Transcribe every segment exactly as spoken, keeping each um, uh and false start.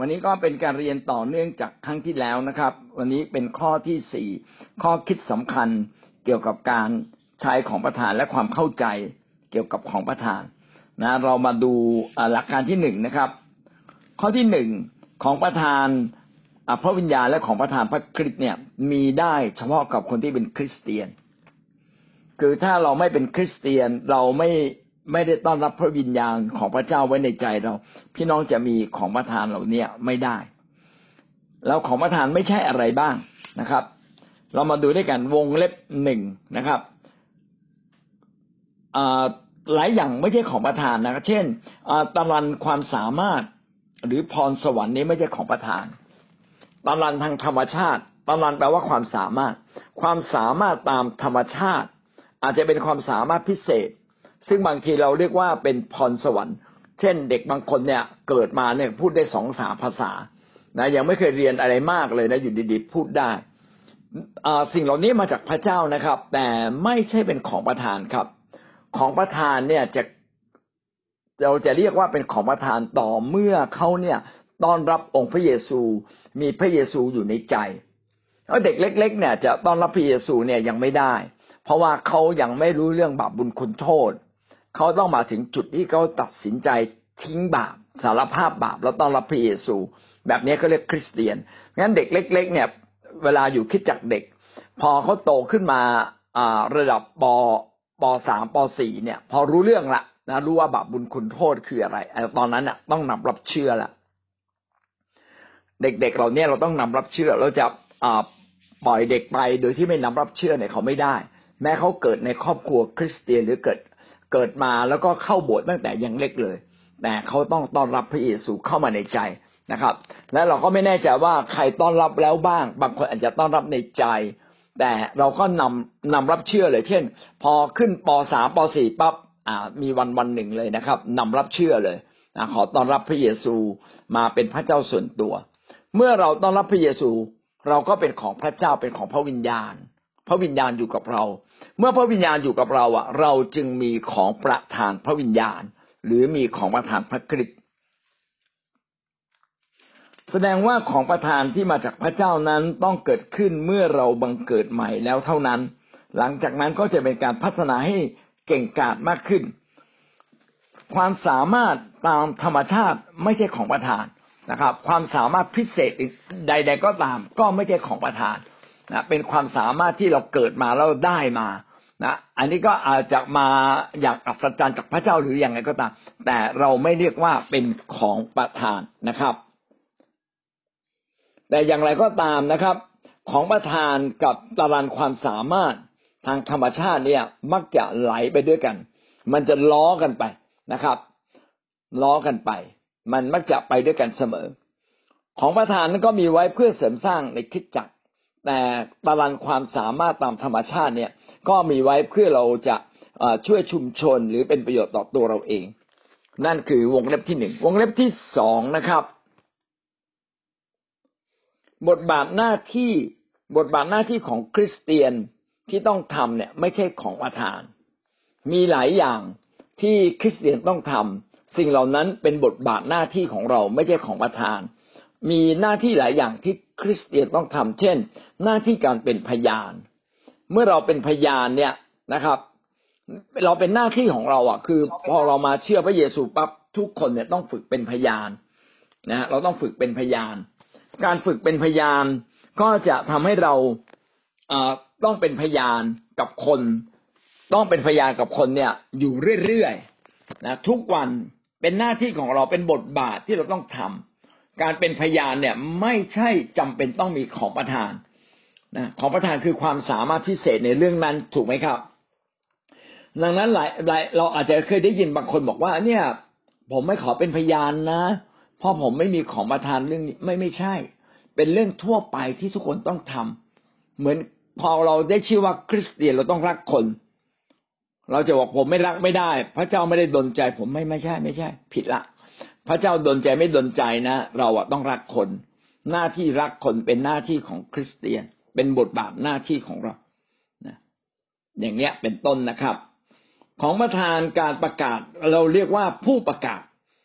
วันนี้ก็เป็นการเรียนต่อเนื่องจากครั้งที่แล้วนะครับวันนี้เป็นข้อที่สี่ข้อคิดสำคัญเกี่ยวกับการใช้ของประทานและความเข้าใจเกี่ยวกับของประทานนะเรามาดูหลักการที่หนึ่งนะครับข้อที่หนึ่งของประทานพระวิญญาณและของประทานพระคริสต์เนี่ยมีได้เฉพาะกับคนที่เป็นคริสเตียนคือถ้าเราไม่เป็นคริสเตียนเราไม่ไม่ได้ต้อนรับพระวิญญาณของพระเจ้าไว้ในใจเราพี่น้องจะมีของประทานเหล่านี้ไม่ได้แล้วของประทานไม่ใช่อะไรบ้างนะครับเรามาดูด้วยกันวงเล็บหนึ่งนะครับหลายอย่างไม่ใช่ของประทานนะครับเช่นตะลันความสามารถหรือพรสวรรค์นี้ไม่ใช่ของประทานตะลันทางธรรมชาติตะลันแปลว่าความสามารถความสามารถตามธรรมชาติอาจจะเป็นความสามารถพิเศษซึ่งบางทีเราเรียกว่าเป็นพรสวรรค์เช่นเด็กบางคนเนี่ยเกิดมาเนี่ยพูดได้สองสามภาษานะยังไม่เคยเรียนอะไรมากเลยนะอยู่ดีๆพูดได้สิ่งเหล่านี้มาจากพระเจ้านะครับแต่ไม่ใช่เป็นของประทานครับของประทานเนี่ยจะเราจะเรียกว่าเป็นของประทานต่อเมื่อเขาเนี่ยต้อนรับองค์พระเยซูมีพระเยซูอยู่ในใจแล้วเด็กเล็กๆเนี่ยจะต้อนรับพระเยซูเนี่ยยังไม่ได้เพราะว่าเขายังไม่รู้เรื่องบาปบุญคุณโทษเขาต้องมาถึงจุดที่เขาตัดสินใจทิ้งบาปสารภาพบาปแล้วต้อนรับพระเยซูแบบนี้เขาเรียกคริสเตียนงั้นเด็กเล็กๆเนี่ยเวลาอยู่คริสตจักรเด็กพอเขาโตขึ้นมาระดับปปสามปสี่เนี่ยพอรู้เรื่องละนะรู้ว่าบาปบุญคุณโทษคืออะไรตอนนั้นน่ะต้องนำรับเชื่อละเด็กๆเราเนี่ยเราต้องนำรับเชื่อเราจะปล่อยเด็กไปโดยที่ไม่นำรับเชื่อเนี่ยเขาไม่ได้แม้เขาเกิดในครอบครัวคริสเตียนหรือเกิดเกิดมาแล้วก็เข้าโบสถ์ตั้งแต่ยังเล็กเลยแต่เขาต้องต้อนรับพระเยซูเข้ามาในใจนะครับและเราก็ไม่แน่ใจว่าใครต้อนรับแล้วบ้างบางคนอาจจะต้อนรับในใจแต่เราก็นำนำรับเชื่อเลยเช่นพอขึ้นปสามปสี่ปั๊บอ่ามีวันวันหนึ่งเลยนะครับนำรับเชื่อเลยนะขอต้อนรับพระเยซูมาเป็นพระเจ้าส่วนตัวเมื่อเราต้อนรับพระเยซูเราก็เป็นของพระเจ้าเป็นของพระวิญญาณพระวิญญาณอยู่กับเราเมื่อพระวิญญาณอยู่กับเราอ่ะเราจึงมีของประทานพระวิญญาณหรือมีของประทานพระคริสต์แสดงว่าของประทานที่มาจากพระเจ้านั้นต้องเกิดขึ้นเมื่อเราบังเกิดใหม่แล้วเท่านั้นหลังจากนั้นก็จะเป็นการพัฒนาให้เก่งกาจมากขึ้นความสามารถตามธรรมชาติไม่ใช่ของประทานนะครับความสามารถพิเศษใดๆก็ตามก็ไม่ใช่ของประทานนะเป็นความสามารถที่เราเกิดมาแล้วได้มานะอันนี้ก็อาจจะมาอย่างอัศจรรย์จากพระเจ้าหรืออย่างไรก็ตามแต่เราไม่เรียกว่าเป็นของประทานนะครับแต่อย่างไรก็ตามนะครับของประทานกับตารางความสามารถทางธรรมชาติเนี่ยมักจะไหลไปด้วยกันมันจะล้อกันไปนะครับล้อกันไปมันมักจะไปด้วยกันเสมอของประทานนั้นก็มีไว้เพื่อเสริมสร้างในคริสตจักรแต่ตารางความสามารถตามธรรมชาติเนี่ยก็มีไว้เพื่อเราจะช่วยชุมชนหรือเป็นประโยชน์ต่อตัวเราเองนั่นคือวงเล็บที่หนึ่งวงเล็บที่สองนะครับบทบาทหน้าที่บทบาทหน้าที่ของคริสเตียนที่ต้องทำเนี่ยไม่ใช่ของประทานมีหลายอย่างที่คริสเตียนต้องทำสิ่งเหล่านั้นเป็นบทบาทหน้าที่ของเราไม่ใช่ของประทานมีหน้าที่หลายอย่างที่คริสเตียนต้องทำเช่นหน้าที่การเป็นพยานเมื่อเราเป็นพยานเนี่ยนะครับเราเป็นหน้าที่ของเราอ่ะคือพอเรามาเชื่อพระเยซูปั๊บทุกคนเนี่ยต้องฝึกเป็นพยานนะเราต้องฝึกเป็นพยานการฝึกเป็นพยานก็จะทำให้เราเอ่อต้องเป็นพยานกับคนต้องเป็นพยานกับคนเนี่ยอยู่เรื่อยๆนะทุกวันเป็นหน้าที่ของเราเป็นบทบาทที่เราต้องทำการเป็นพยานเนี่ยไม่ใช่จำเป็นต้องมีของประทานนะของประทานคือความสามารถพิเศษในเรื่องนั้นถูกไหมครับดังนั้นหลายหลายเราอาจจะเคยได้ยินบางคนบอกว่าเนี่ยผมไม่ขอเป็นพยานนะเพราะผมไม่มีของประทานเรื่องนี้ไม่ไม่ใช่เป็นเรื่องทั่วไปที่ทุกคนต้องทำเหมือนพอเราได้ชื่อว่าคริสเตียนเราต้องรักคนเราจะบอกผมไม่รักไม่ได้พระเจ้าไม่ได้ดลใจผมไม่ไม่ใช่ไม่ใช่ผิดละพระเจ้าดลใจไม่ดลใจนะเราอะต้องรักคนหน้าที่รักคนเป็นหน้าที่ของคริสเตียนเป็นบทบาทหน้าที่ของเรานะอย่างเนี้ยเป็นต้นนะครับของประธานการประกาศเราเรียกว่าผู้ประกาศ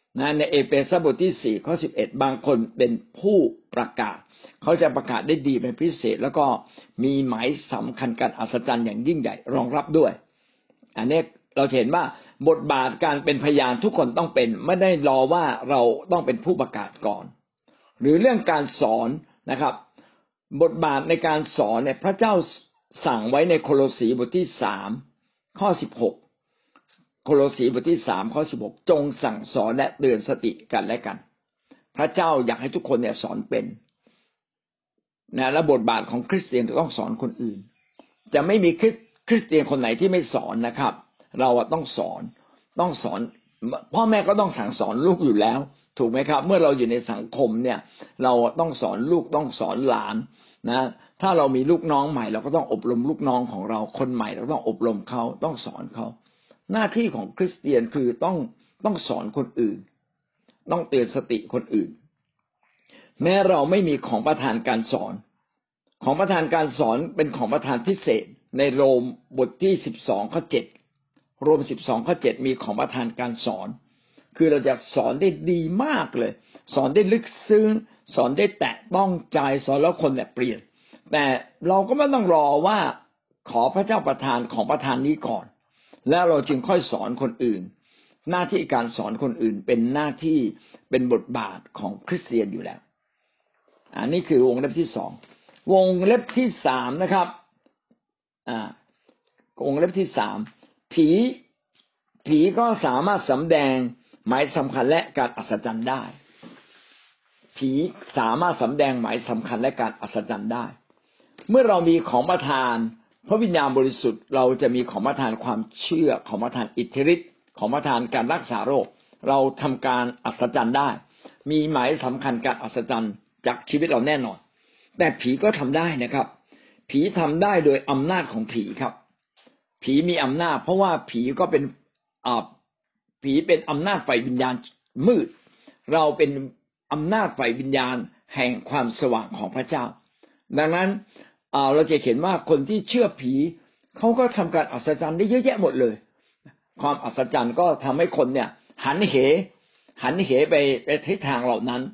นะในเอเฟซัสบทที่สี่ข้อสิบเอ็ดบางคนเป็นผู้ประกาศเขาจะประกาศได้ดีเป็นพิเศษแล้วก็มีหมายสำคัญการอัศจรรย์อย่างยิ่งใหญ่รองรับด้วยอันนี้เราเห็นว่าบทบาทการเป็นพยานทุกคนต้องเป็นไม่ได้รอว่าเราต้องเป็นผู้ประกาศก่อนหรือเรื่องการสอนนะครับบทบาทในการสอนเนี่ยพระเจ้าสั่งไว้ในโคโลสีบทที่สามข้อสิบหกโคโลสีบทที่สามข้อสิบหกจงสั่งสอนและเตือนสติกันและกันพระเจ้าอยากให้ทุกคนเนี่ยสอนเป็นนะและบทบาทของคริสเตียนต้องสอนคนอื่นจะไม่มีคริสเตียนคนไหนที่ไม่สอนนะครับเราต้องสอนต้องสอนพ่อแม่ก็ต้องสั่งสอนลูกอยู่แล้วถูกไหมครับเมื่อเราอยู่ในสังคมเนี่ยเราต้องสอนลูกต้องสอนหลานนะถ้าเรามีลูกน้องใหม่เราก็ต้องอบรมลูกน้องของเราคนใหม่เราต้องอบรมเขาต้องสอนเขาหน้าที่ของคริสเตียนคือต้องต้องสอนคนอื่นต้องเตือนสติคนอื่นแม้เราไม่มีของประทานการสอนของประทานการสอนเป็นของประทานพิเศษในโรมบทที่สิบสองข้อเจ็ดโรมสิบสองข้อเจ็ดมีของประทานการสอนคือเราจะสอนได้ดีมากเลยสอนได้ลึกซึ้งสอนได้แตะต้องใจสอนแล้วคนเนี่ยเปลี่ยนแต่เราก็ไม่ต้องรอว่าขอพระเจ้าประทานของประทานนี้ก่อนแล้วเราจึงค่อยสอนคนอื่นหน้าที่การสอนคนอื่นเป็นหน้าที่เป็นบทบาทของคริสเตียนอยู่แล้วอันนี้คือวงเล็บที่สองวงเล็บที่สามนะครับอ่าวงเล็บที่สามผีผีก็สามารถสำแดงหมายสำคัญและการอัศจรรย์ได้ผีสามารถสำแดงหมายสำคัญและการอัศจรรย์ได้เมื่อเรามีของประทานพระวิญญาณบริสุทธิ์เราจะมีของประทานความเชื่อของประทานอิทธิฤทธิ์ของประทานการรักษาโรคเราทำการอัศจรรย์ได้มีหมายสำคัญการอัศจรรย์จากชีวิตเราแน่นอนแต่ผีก็ทำได้นะครับผีทำได้โดยอำนาจของผีครับผีมีอำนาจเพราะว่าผีก็เป็นอ่าผีเป็นอำนาจฝ่ายวิญญาณมืดเราเป็นอำนาจฝ่ายวิญญาณแห่งความสว่างของพระเจ้าดังนั้นเราจะเห็นว่าคนที่เชื่อผีเขาก็ทำการอัศจรรย์ได้เยอะแยะหมดเลยความอัศจรรย์ก็ทำให้คนเนี่ยหันเหหันเหไปในทิศทางเหล่านั้น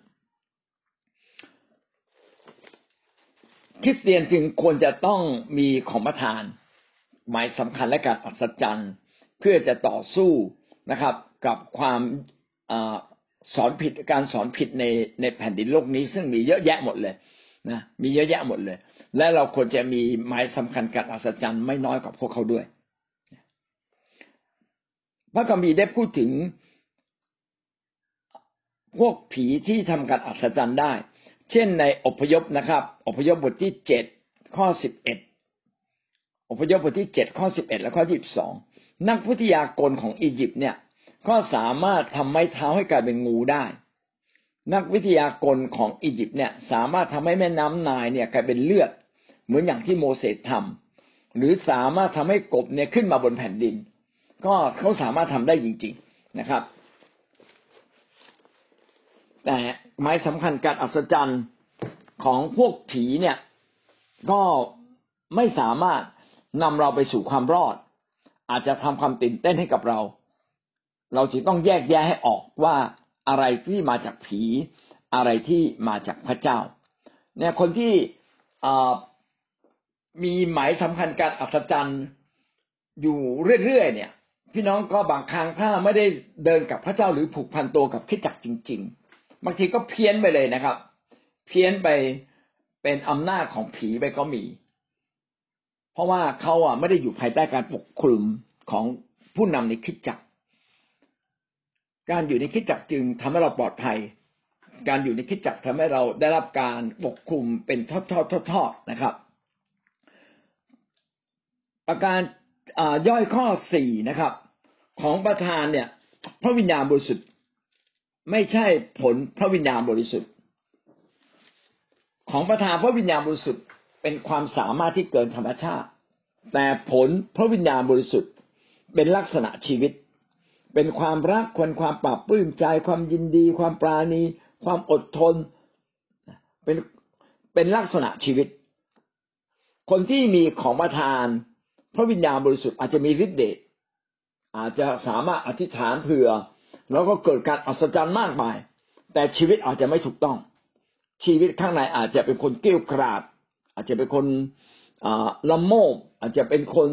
คริสเตียนจึงควรจะต้องมีของประทานหมายสำคัญและการอัศจรรย์เพื่อจะต่อสู้นะครับกับความสอนผิดการสอนผิดในในแผ่นดินโลกนี้ซึ่งมีเยอะแยะหมดเลยนะมีเยอะแยะหมดเลยและเราควรจะมีหมายสำคัญการอัศจรรย์ไม่น้อยกว่าพวกเขาด้วยพระคัมภีร์ได้พูดถึงพวกผีที่ทำการอัศจรรย์ได้เช่นในอพยพนะครับอพยพบทที่เจ็ดข้อสิบเอ็ดอพยพบทที่เจ็ดข้อสิบเอ็ดและข้อยี่สิบสองนักวิทยากรของอียิปต์เนี่ยก็สามารถทำไม้เท้าให้กลายเป็นงูได้นักวิทยากรของอียิปต์เนี่ยสามารถทำให้แม่น้ำไนล์เนี่ยกลายเป็นเลือดเหมือนอย่างที่โมเสสทำหรือสามารถทำให้กบเนี่ยขึ้นมาบนแผ่นดินก็เขาสามารถทำได้จริงๆนะครับแต่หมายสำคัญการอัศจรรย์ของพวกผีเนี่ยก็ไม่สามารถนำเราไปสู่ความรอดอาจจะทำความตื่นเต้นให้กับเราเราจึงต้องแยกแยะให้ออกว่าอะไรที่มาจากผีอะไรที่มาจากพระเจ้าเนี่ยคนที่มีหมายสำคัญการอัศจรรย์อยู่เรื่อยๆเนี่ยพี่น้องก็บางครั้งถ้าไม่ได้เดินกับพระเจ้าหรือผูกพันตัวกับคริสตจักรจริงๆบางทีก็เพี้ยนไปเลยนะครับเพี้ยนไปเป็นอำนาจของผีไปก็มีเพราะว่าเขาอ่ะไม่ได้อยู่ภายใต้การปกคลุมของผู้นำในคริสตจักรการอยู่ในคริสตจักรจึงทำให้เราปลอดภัยการอยู่ในคริสตจักรทำให้เราได้รับการปกคลุมเป็นทอดๆๆนะครับประการย่อยข้อสี่นะครับของประธานเนี่ยพระวิญญาณบริสุทธิ์ไม่ใช่ผลพระวิญญาณบริสุทธิ์ของประธานพระวิญญาณบริสุทธิ์เป็นความสามารถที่เกินธรรมชาติแต่ผลพระวิญญาณบริสุทธิ์เป็นลักษณะชีวิตเป็นความรักความความปราบปลื้มใจความยินดีความปราณีความอดทนเป็นเป็นลักษณะชีวิตคนที่มีของประทานพระวิญญาณบริสุทธิ์อาจจะมีฤทธิ์เดชอาจจะสามารถอธิษฐานเผื่อแล้วก็เกิดการอัศจรรย์มากมายแต่ชีวิตอาจจะไม่ถูกต้องชีวิตข้างในอาจจะเป็นคนเกรี้ยวกราดอาจจะเป็นคนละโมบอาจจะเป็นคน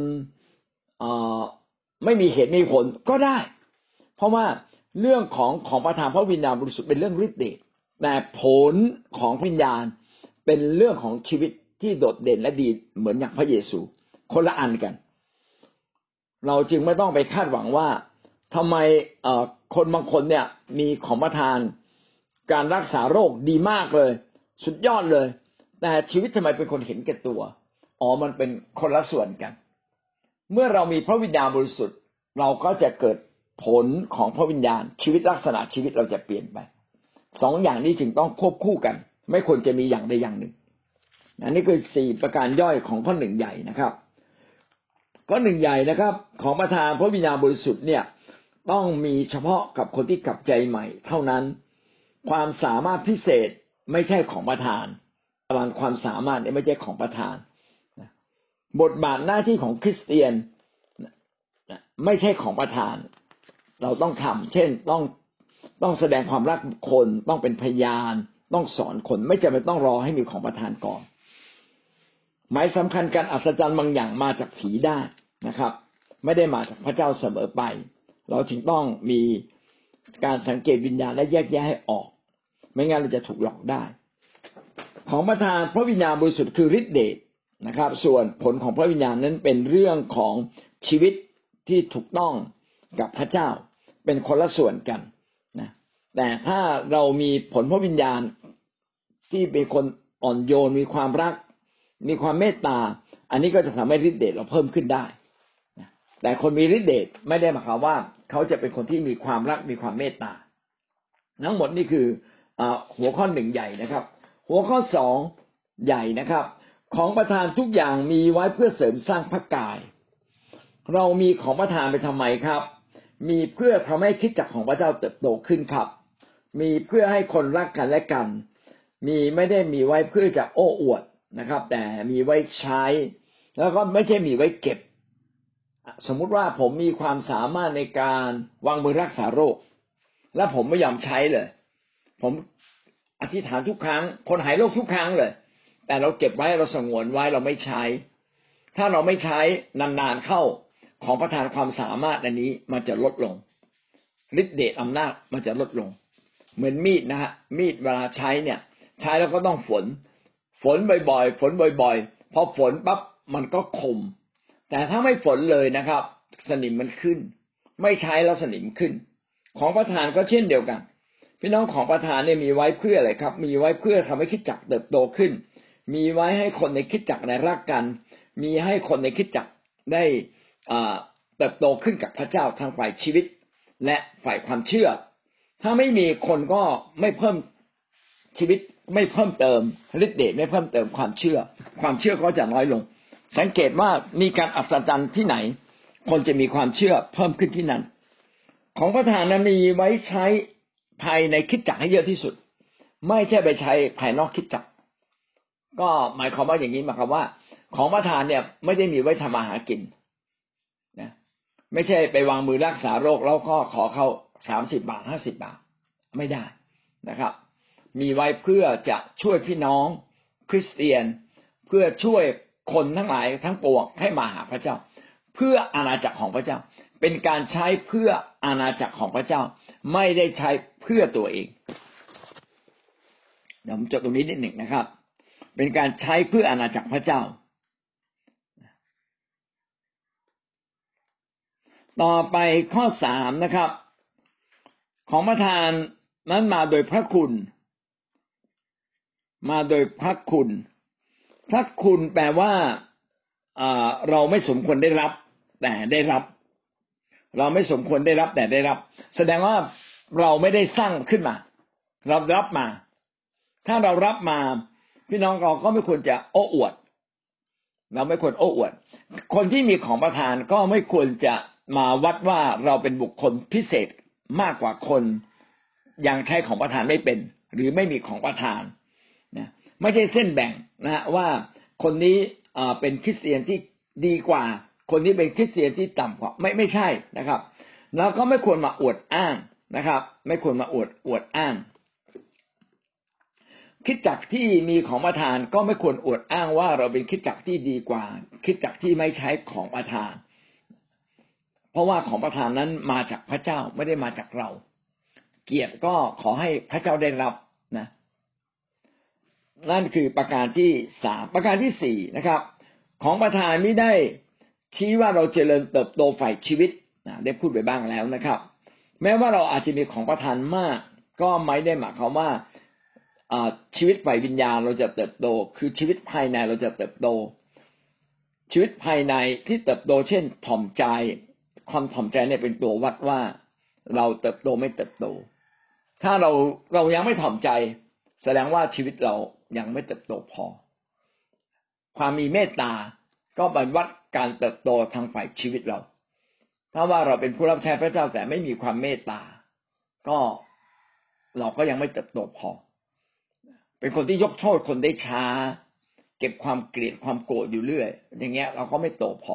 ไม่มีเหตุมีผลก็ได้เพราะว่าเรื่องของของประทานพระวิญญาณบริสุทธิ์เป็นเรื่องฤทธิ์เดชแต่ผลของวิญญาณเป็นเรื่องของชีวิตที่โดดเด่นและดีเหมือนอย่างพระเยซูคนละอันกันเราจึงไม่ต้องไปคาดหวังว่าทำไมคนบางคนเนี่ยมีของประทานการรักษาโรคดีมากเลยสุดยอดเลยแต่ชีวิตทำไมเป็นคนเห็นแก่ตัวอ๋อมันเป็นคนละส่วนกันเมื่อเรามีพระวิญญาณบริสุทธิ์เราก็จะเกิดผลของพระวิญญาณชีวิตลักษณะชีวิตเราจะเปลี่ยนไปสองอย่างนี้จึงต้องควบคู่กันไม่ควรจะมีอย่างใดอย่างหนึ่งอันนี้คือสี่ประการย่อยของข้อหนึ่งใหญ่นะครับข้อหนึ่งใหญ่นะครับของประทานพระวิญญาณบริสุทธิ์เนี่ยต้องมีเฉพาะกับคนที่กลับใจใหม่เท่านั้นความสามารถพิเศษไม่ใช่ของประทานพลังความสามารถเนี่ยไม่ใช่ของประทานบทบาทหน้าที่ของคริสเตียนไม่ใช่ของประทานเราต้องทำเช่นต้องต้องแสดงความรักคนต้องเป็นพยานต้องสอนคนไม่จำเป็นต้องรอให้มีของประทานก่อนหมายสำคัญการอัศจรรย์บางอย่างมาจากผีได้นะครับไม่ได้มาจากพระเจ้าเสมอไปเราจึงต้องมีการสังเกตวิญญาณและแยกแยะให้ออกไม่งั้นเราจะถูกหลอกได้ของประทานพระวิญญาณบริสุทธิ์คือฤทธิเดชนะครับส่วนผลของพระวิญญาณนั้นเป็นเรื่องของชีวิตที่ถูกต้องกับพระเจ้าเป็นคนละส่วนกันนะแต่ถ้าเรามีผลพระวิญญาณที่เป็นคนอ่อนโยนมีความรักมีความเมตตาอันนี้ก็จะทำให้ฤทธิเดชเราเพิ่มขึ้นได้นะแต่คนมีฤทธิเดชไม่ได้หมายความว่าเขาจะเป็นคนที่มีความรักมีความเมตตาทั้งหมดนี่คือหัวข้อหนึ่งใหญ่นะครับหัวข้อสองใหญ่นะครับของประทานทุกอย่างมีไว้เพื่อเสริมสร้างพระกายเรามีของประทานไปทำไมครับมีเพื่อทำให้คริสตจักรของพระเจ้าเติบโตขึ้นครับมีเพื่อให้คนรักกันและกันมีไม่ได้มีไว้เพื่อจะโอ้อวดนะครับแต่มีไว้ใช้แล้วก็ไม่ใช่มีไว้เก็บสมมุติว่าผมมีความสามารถในการวางมือรักษาโรคและผมไม่ยอมใช้เลยผมอธิษฐานทุกครั้งคนหายโรคทุกครั้งเลยแต่เราเก็บไว้เราสงวนไว้เราไม่ใช้ถ้าเราไม่ใช้นานๆเข้าของประทานความสามารถอันนี้มันจะลดลงฤทธิ์เดชอำนาจมันจะลดลงเหมือนมีดนะฮะมีดเวลาใช้เนี่ยใช้แล้วก็ต้องฝนฝนบ่อยๆฝนบ่อยๆพอฝนปั๊บมันก็คมแต่ถ้าไม่ฝนเลยนะครับสนิมมันขึ้นไม่ใช้แล้วสนิมขึ้นของประทานก็เช่นเดียวกันพี่น้องของประทานเนี่ยมีไว้เพื่ออะไรครับมีไว้เพื่อทำให้คริสตจักรเติบโตขึ้นมีไว้ให้คนในคริสตจักรได้รักกันมีให้คนในคริสตจักรได้เติบโตขึ้นกับพระเจ้าทางฝ่ายชีวิตและฝ่ายความเชื่อถ้าไม่มีคนก็ไม่เพิ่มชีวิตไม่เพิ่มเติมฤทธิ์เดชไม่เพิ่มเติมความเชื่อความเชื่อก็จะน้อยลงสังเกตว่ามีการอัศจรรย์ที่ไหนคนจะมีความเชื่อเพิ่มขึ้นที่นั่นของประทานนั้นมีไว้ใช้ภายในคริสตจักรให้เยอะที่สุดไม่ใช่ไปใช้ภายนอกคริสตจักรก็หมายความว่าอย่างนี้หมายความว่าของประทานเนี่ยไม่ได้มีไว้ทำมาหากินนะไม่ใช่ไปวางมือรักษาโรคแล้วก็ขอเขาสามสิบบาทห้าสิบบาทไม่ได้นะครับมีไว้เพื่อจะช่วยพี่น้องคริสเตียนเพื่อช่วยคนทั้งหลายทั้งปวงให้มาหาพระเจ้าเพื่ออาณาจักรของพระเจ้าเป็นการใช้เพื่ออาณาจักรของพระเจ้าไม่ได้ใช้เพื่อตัวเองเดี๋ยวผมจดตรงนี้นิดหนึ่งนะครับเป็นการใช้เพื่ออาณาจักรพระเจ้าต่อไปข้อสามนะครับของประทานนั้นมาโดยพระคุณมาโดยพระคุณพระคุณแปลว่าเราไม่สมควรได้รับแต่ได้รับเราไม่สมควรได้รับแต่ได้รับแสดงว่าเราไม่ได้สร้างขึ้นมาเรารับมาถ้าเรารับมาพี่น้องเราก็ไม่ควรจะโอ้อวดเราไม่ควรโอ้อวดคนที่มีของประทานก็ไม่ควรจะมาวัดว่าเราเป็นบุคคลพิเศษมากกว่าคนยังใช้ของประทานไม่เป็นหรือไม่มีของประทานนะไม่ใช่เส้นแบ่งนะว่าคนนี้เป็นคริสเตียนที่ดีกว่าคนนี้เป็นคริสเตียนที่ต่ำกว่าไม่ไม่ใช่นะครับแล้วก็ไม่ควรมาอวดอ้างนะครับไม่ควรมาอวดอวดอ้างคริสตจักรที่มีของประทานก็ไม่ควรอวดอ้างว่าเราเป็นคริสตจักรที่ดีกว่าคริสตจักรที่ไม่ใช้ของประทานเพราะว่าของประทานนั้นมาจากพระเจ้าไม่ได้มาจากเราเกียรติก็ขอให้พระเจ้าได้รับนะนั่นคือประการที่สามประการที่สี่นะครับของประทานไม่ได้ชี้ว่าเราเจริญเติบโตฝ่ายชีวิตนะได้พูดไปบ้างแล้วนะครับแม้ว่าเราอาจจะมีของประทานมากก็ไม่ได้หมายความว่าชีวิตฝ่ายวิญญาณเราจะเติบโตคือชีวิตภายในเราจะเติบโตชีวิตภายในที่เติบโตเช่นถ่อมใจความถ่อมใจเนี่ยเป็นตัววัดว่าเราเติบโตไม่เติบโตถ้าเราเรายังไม่ถ่อมใจแสดงว่าชีวิตเรายังไม่เติบโตพอความมีเมตตาก็เป็นวัดการเติบโตทางฝ่ายชีวิตเราถ้าว่าเราเป็นผู้รับใช้พระเจ้าแต่ไม่มีความเมตตาก็เราก็ยังไม่เติบโตพอเป็นคนที่ยกโทษคนได้ช้าเก็บความเกลียดความโกรธอยู่เรื่อยอย่างเงี้ยเราก็ไม่โตพอ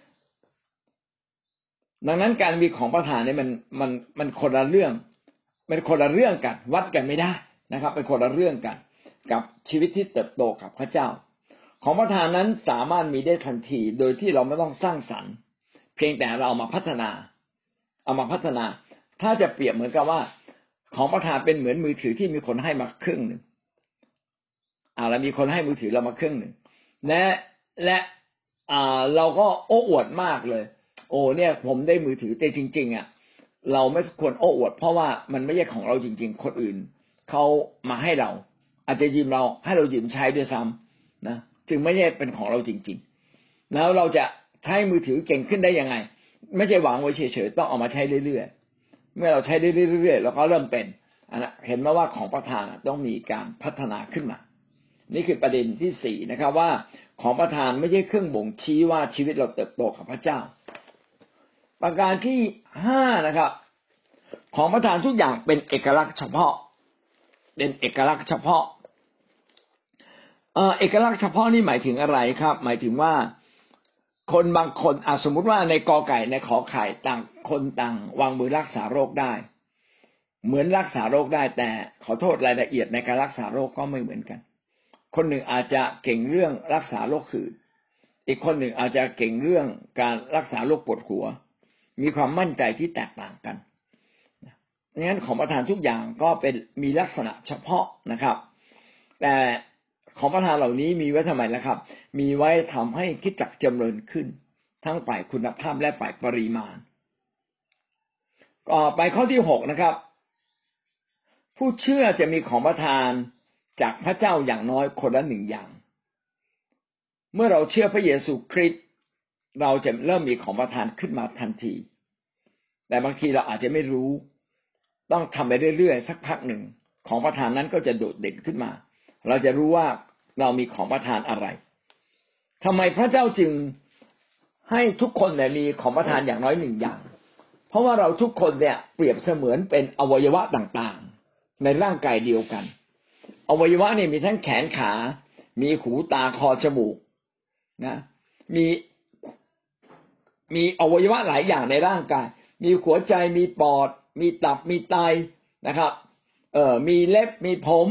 ดังนั้นการมีของประทานเนี่ยมันมันมันคนละเรื่องมันคนละเรื่องกันวัดกันไม่ได้นะครับเป็นคนละเรื่องกันกับชีวิตที่เติบโตกับพระเจ้าของประทานนั้นสามารถมีได้ทันทีโดยที่เราไม่ต้องสร้างสรรค์เพียงแต่เราเอามาพัฒนาเอามาพัฒนาถ้าจะเปรียบเหมือนกับว่าของประทานเป็นเหมือนมือถือที่มีคนให้มาครึ่งหนึ่งอ่าแล้วมีคนให้มือถือเรามาครึ่งหนึ่งและและอ่าเราก็โอ้อวดมากเลยโอ้เนี่ยผมได้มือถือแต่จริงๆอ่ะเราไม่ควรโอ้อวดเพราะว่ามันไม่ใช่ของเราจริงๆคนอื่นเขามาให้เราอาจจะยืมเราให้เรายืมใช้ด้วยซ้ำนะจึงไม่ใช่เป็นของเราจริงๆแล้วเราจะใช้มือถือเก่งขึ้นได้ยังไงไม่ใช่หวังไว้เฉยๆต้องเอามาใช้เรื่อยๆเมื่อเราใช้เรื่อยๆแล้วก็เริ่มเป็นอันนั้นเห็นไหมว่าของประทานต้องมีการพัฒนาขึ้นมานี่คือประเด็นที่สี่นะครับว่าของประทานไม่ใช่เครื่องบ่งชี้ว่าชีวิตเราเติบโตกับพระเจ้าประการที่ห้านะครับของประทานทุกอย่างเป็นเอกลักษณ์เฉพาะเป็นเอกลักษณ์เฉพาะเอ่อเอกลักษณ์เฉพาะนี่หมายถึงอะไรครับหมายถึงว่าคนบางคนอ่ะสมมุติว่าในกอไก่ในขอไข่ต่างคนต่างวางมือรักษาโรคได้เหมือนรักษาโรคได้แต่ขอโทษรายละเอียดในการรักษาโรคก็ไม่เหมือนกันคนหนึ่งอาจจะเก่งเรื่องรักษาโรคหืดอีกคนหนึ่งอาจจะเก่งเรื่องการรักษาโรคปวดหัวมีความมั่นใจที่แตกต่างกันดังนั้นของประทานทุกอย่างก็เป็นมีลักษณะเฉพาะนะครับแต่ของประทานเหล่านี้มีไว้ทำไมล่ะครับมีไว้ทำให้คริสตจักรเจริญขึ้นทั้งฝ่ายคุณภาพและฝ่ายปริมาณก็ไปข้อที่หกนะครับผู้เชื่อจะมีของประทานจากพระเจ้าอย่างน้อยคนละหนึ่งอย่างเมื่อเราเชื่อพระเยซูคริสต์เราจะเริ่มมีของประทานขึ้นมาทันทีแต่บางทีเราอาจจะไม่รู้ต้องทำไปเรื่อยๆสักพักหนึ่งของประทานนั้นก็จะโดดเด่นขึ้นมาเราจะรู้ว่าเรามีของประทานอะไรทำไมพระเจ้าจึงให้ทุกคนเนี่ยมีของประทานอย่างน้อยหนึ่งอย่างเพราะว่าเราทุกคนเนี่ยเปรียบเสมือนเป็นอวัยวะต่างๆในร่างกายเดียวกันอวัยวะเนี่ยมีทั้งแขนขามีหูตาคอจมูกนะมีมีอวัยวะหลายอย่างในร่างกายมีหัวใจมีปอดมีตับมีไตนะครับเอ่อมีเล็บมีผม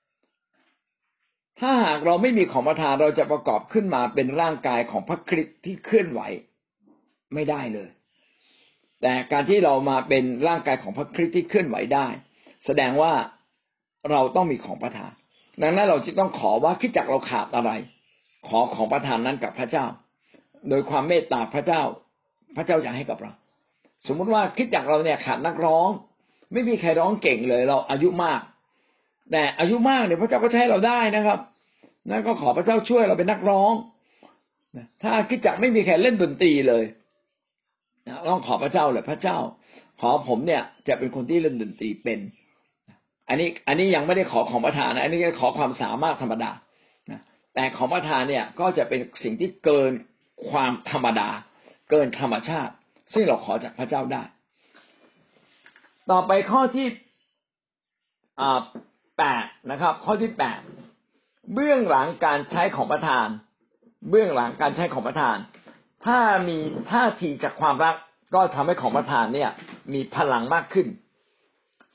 ถ้าหากเราไม่มีของประทานเราจะประกอบขึ้นมาเป็นร่างกายของพระคริสต์ที่เคลื่อนไหวไม่ได้เลยแต่การที่เรามาเป็นร่างกายของพระคริสต์ที่เคลื่อนไหวได้แสดงว่าเราต้องมีของประทานดังนั้นเราจะต้องขอว่าคริสตจักรเราขาดอะไรขอของประทานนั้นกับพระเจ้าโดยความเมตตาพระเจ้าพระเจ้าจะให้กับเราสมมุติว่าคริสตจักรเราเนี่ยขาดนักร้องไม่มีใครร้องเก่งเลยเราอายุมากแต่อายุมากเนี่ยพระเจ้าก็ใช้เราได้นะครับนั่นก็ขอพระเจ้าช่วยเราเป็นนักร้องถ้าคริสตจักรไม่มีใครเล่นดนตรีเลยต้องขอพระเจ้าเลยพระเจ้าขอผมเนี่ยจะเป็นคนที่เล่นดนตรีเป็นอันนี้อันนี้ยังไม่ได้ขอของประทานนะอันนี้ขอความสามารถธรรมดาแต่ของประทานเนี่ยก็จะเป็นสิ่งที่เกินความธรรมดาเกินธรรมชาติซึ่งเราขอจากพระเจ้าได้ต่อไปข้อที่อ่าแปดนะครับข้อที่แปดเบื้องหลังการใช้ของประทานเบื้องหลังการใช้ของประทานถ้ามีท่าทีจากความรักก็ทำให้ของประทานเนี่ยมีพลังมากขึ้น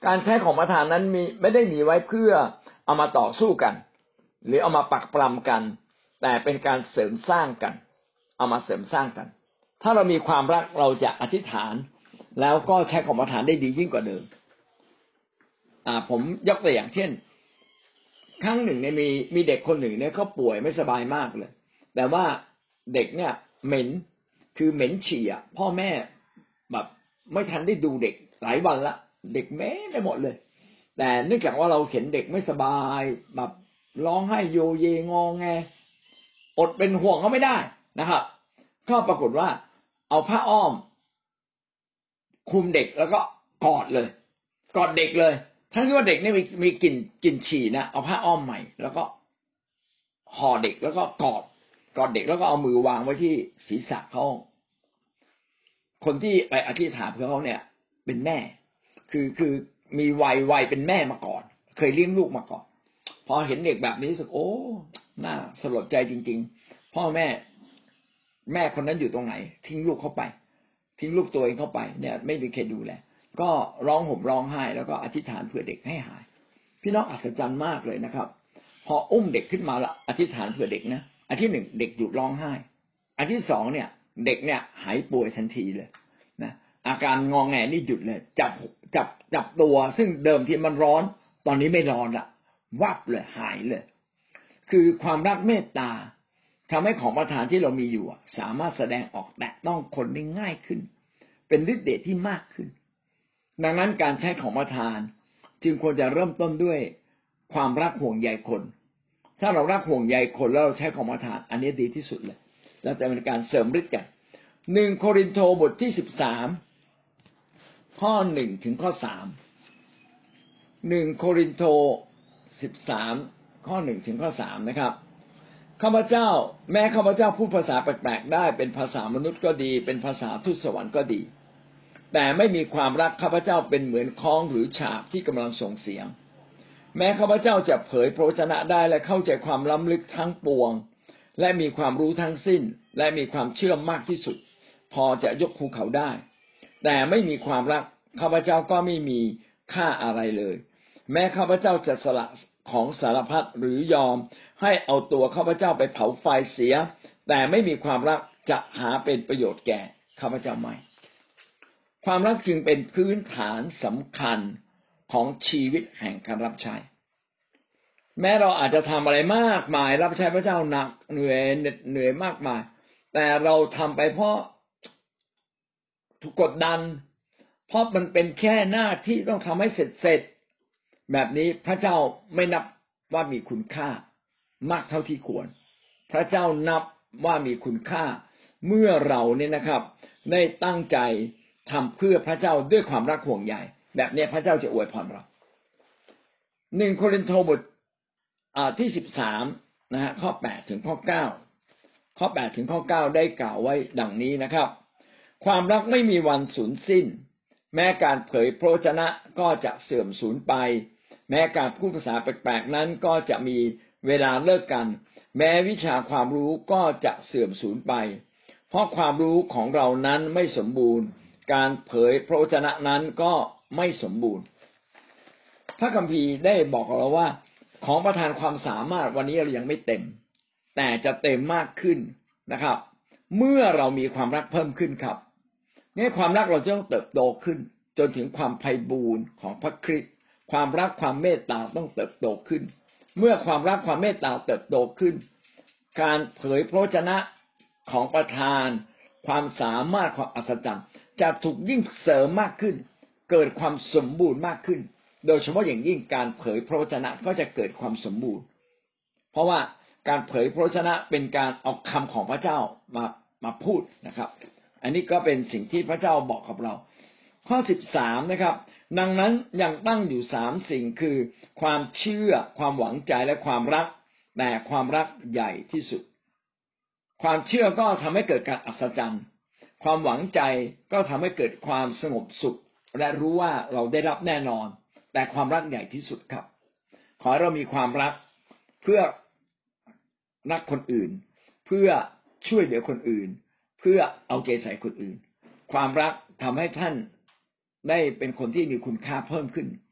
การใช้ของประทานนั้นมีไม่ได้มีไว้เพื่อเอามาต่อสู้กันหรือเอามาปักปรำกันแต่เป็นการเสริมสร้างกันเอามาเสริมสร้างกันถ้าเรามีความรักเราจะอธิษฐานแล้วก็ใช้ของประทานได้ดียิ่งกว่าเดิมอ่าผมยกตัวอย่างเช่นครั้งหนึ่งเนี่ยมีมีเด็กคนหนึ่งเนี่ยเขาป่วยไม่สบายมากเลยแต่ว่าเด็กเนี่ยเหม็นคือเหม็นฉี่อ่ะพ่อแม่แบบไม่ทันได้ดูเด็กหลายวันละเด็กเหม็นไปหมดเลยแต่เนื่องจากว่าเราเห็นเด็กไม่สบายแบบร้องไห้โยเยงอแงอดเป็นห่วงเขาไม่ได้นะครับก็ปรากฏว่าเอาผ้าอ้อมคลุมเด็กแล้วก็กอดเลยกอดเด็กเลยทั้งที่ว่าเด็กเนี่ยมีมีกลิ่นกลิ่นฉี่นะเอาผ้าอ้อมใหม่แล้วก็ห่อเด็กแล้วก็กอดกอดเด็กแล้วก็เอามือวางไว้ที่ศีรษะเขาคนที่ไปอธิษฐานเพื่อเขาเนี่ยเป็นแม่คือคือมีวัยวัยเป็นแม่มาก่อนเคยเลี้ยงลูกมาก่อนพอเห็นเด็กแบบนี้รู้สึกโอ้น่าสลดใจจริงๆพ่อแม่แม่คนนั้นอยู่ตรงไหนทิ้งลูกเข้าไปทิ้งลูกตัวเองเข้าไปเนี่ยไม่มีใครดูแลก็ร้องห่มร้องไห้แล้วก็อธิษฐานเพื่อเด็กให้หายพี่น้องอัศจรรย์มากเลยนะครับพออุ้มเด็กขึ้นมาละอธิษฐานเพื่อเด็กนะอันที่หนึ่งเด็กหยุดร้องไห้อันที่สองเนี่ยเด็กเนี่ยหายป่วยทันทีเลยนะอาการงอแงนี่หยุดเลยจับจับจับตัวซึ่งเดิมที่มันร้อนตอนนี้ไม่ร้อนละวับเลยหายเลยคือความรักเมตตาทำให้ของประทานที่เรามีอยู่สามารถแสดงออกแตะต้องคนได้ง่ายขึ้นเป็นฤทธิ์เดชที่มากขึ้นดังนั้นการใช้ของประทานจึงควรจะเริ่มต้นด้วยความรักห่วงใยคนถ้าเรารักห่วงใยคนแล้วเราใช้ของประทานอันนี้ดีที่สุดเลยแล้วจะเป็นการเสริมฤทธิ์กันหนึ่งโครินธ์บทที่สิบสามข้อหนึ่งถึงข้อสามหนึ่งโครินธ์สิบสามข้อหนึ่งถึงข้อสามนะครับข้าพเจ้าแม้ข้าพเจ้าพูดภาษาแปลกๆได้เป็นภาษามนุษย์ก็ดีเป็นภาษาทูตสวรรค์ก็ดีแต่ไม่มีความรักข้าพเจ้าเป็นเหมือนค้องหรือฉาบที่กำลังส่งเสียงแม้ข้าพเจ้าจะเผยพระวจนะได้และเข้าใจความล้ำลึกทั้งปวงและมีความรู้ทั้งสิ้นและมีความเชื่อมากที่สุดพอจะยกภูเขาได้แต่ไม่มีความรักข้าพเจ้าก็ไม่มีค่าอะไรเลยแม้ข้าพเจ้าจะสละของสารพัดหรือยอมให้เอาตัวข้าพเจ้าไปเผาไฟเสียแต่ไม่มีความรักจะหาเป็นประโยชน์แก่ข้าพเจ้าไม่ความรักจึงเป็นพื้นฐานสำคัญของชีวิตแห่งการรับใช้แม้เราอาจจะทำอะไรมากมายรับใช้พระเจ้าหนักเหนื่อยเหน็ดเหนื่อยมากมายแต่เราทำไปเพราะถูกกดดันเพราะมันเป็นแค่หน้าที่ต้องทำให้เสร็จเสร็จแบบนี้พระเจ้าไม่นับว่ามีคุณค่ามากเท่าที่ควรพระเจ้านับว่ามีคุณค่าเมื่อเราเนี่ยนะครับได้ตั้งใจทำเพื่อพระเจ้าด้วยความรักห่วงใยแบบนี้พระเจ้าจะอวยพรเราหนึ่งโครินธ์บทที่สิบสามนะฮะข้อแปดถึงข้อเก้าข้อแปดถึงข้อเก้าได้กล่าวไว้ดังนี้นะครับความรักไม่มีวันสูญสิ้นแม้การเผยพระวจนะก็จะเสื่อมสูญไปแม้การพูดภาษาแปลกๆนั้นก็จะมีเวลาเลิกกันแม้วิชาความรู้ก็จะเสื่อมสูญไปเพราะความรู้ของเรานั้นไม่สมบูรณ์การเผยพระวจนะนั้นก็ไม่สมบูรณ์พระคัมภีร์ได้บอกเราว่าของประทานความสามารถวันนี้เรายังไม่เต็มแต่จะเต็มมากขึ้นนะครับเมื่อเรามีความรักเพิ่มขึ้นครับนี่ความรักเราจะต้องเติบโตขึ้นจนถึงความไพบูลย์ของพระคริสต์ความรักความเมตตาต้องเติบโตขึ้นเมื่อความรักความเมตตาเติบโตขึ้นการเผยพระวจนะของประทานความสามารถความอัศจรรย์จะถูกยิ่งเสริมมากขึ้นเกิดความสมบูรณ์มากขึ้นโดยเฉพาะอย่างยิ่งการเผยพระวจนะก็จะเกิดความสมบูรณ์เพราะว่าการเผยพระวจนะเป็นการเอาคำของพระเจ้ามามาพูดนะครับอันนี้ก็เป็นสิ่งที่พระเจ้าบอกกับเราข้อสิบสามนะครับดังนั้นยังตั้งอยู่สามสิ่งคือความเชื่อความหวังใจและความรักแต่ความรักใหญ่ที่สุดความเชื่อก็ทำให้เกิดการอัศจรรย์ความหวังใจก็ทำให้เกิดความสงบสุขและรู้ว่าเราได้รับแน่นอนแต่ความรักใหญ่ที่สุดครับขอให้เรามีความรักเพื่อรักคนอื่นเพื่อช่วยเหลือคนอื่นเพื่อเอาใจใส่คนอื่นความรักทำให้ท่านได้เป็นคนที่มีคุณค่าเพิ่มขึ้น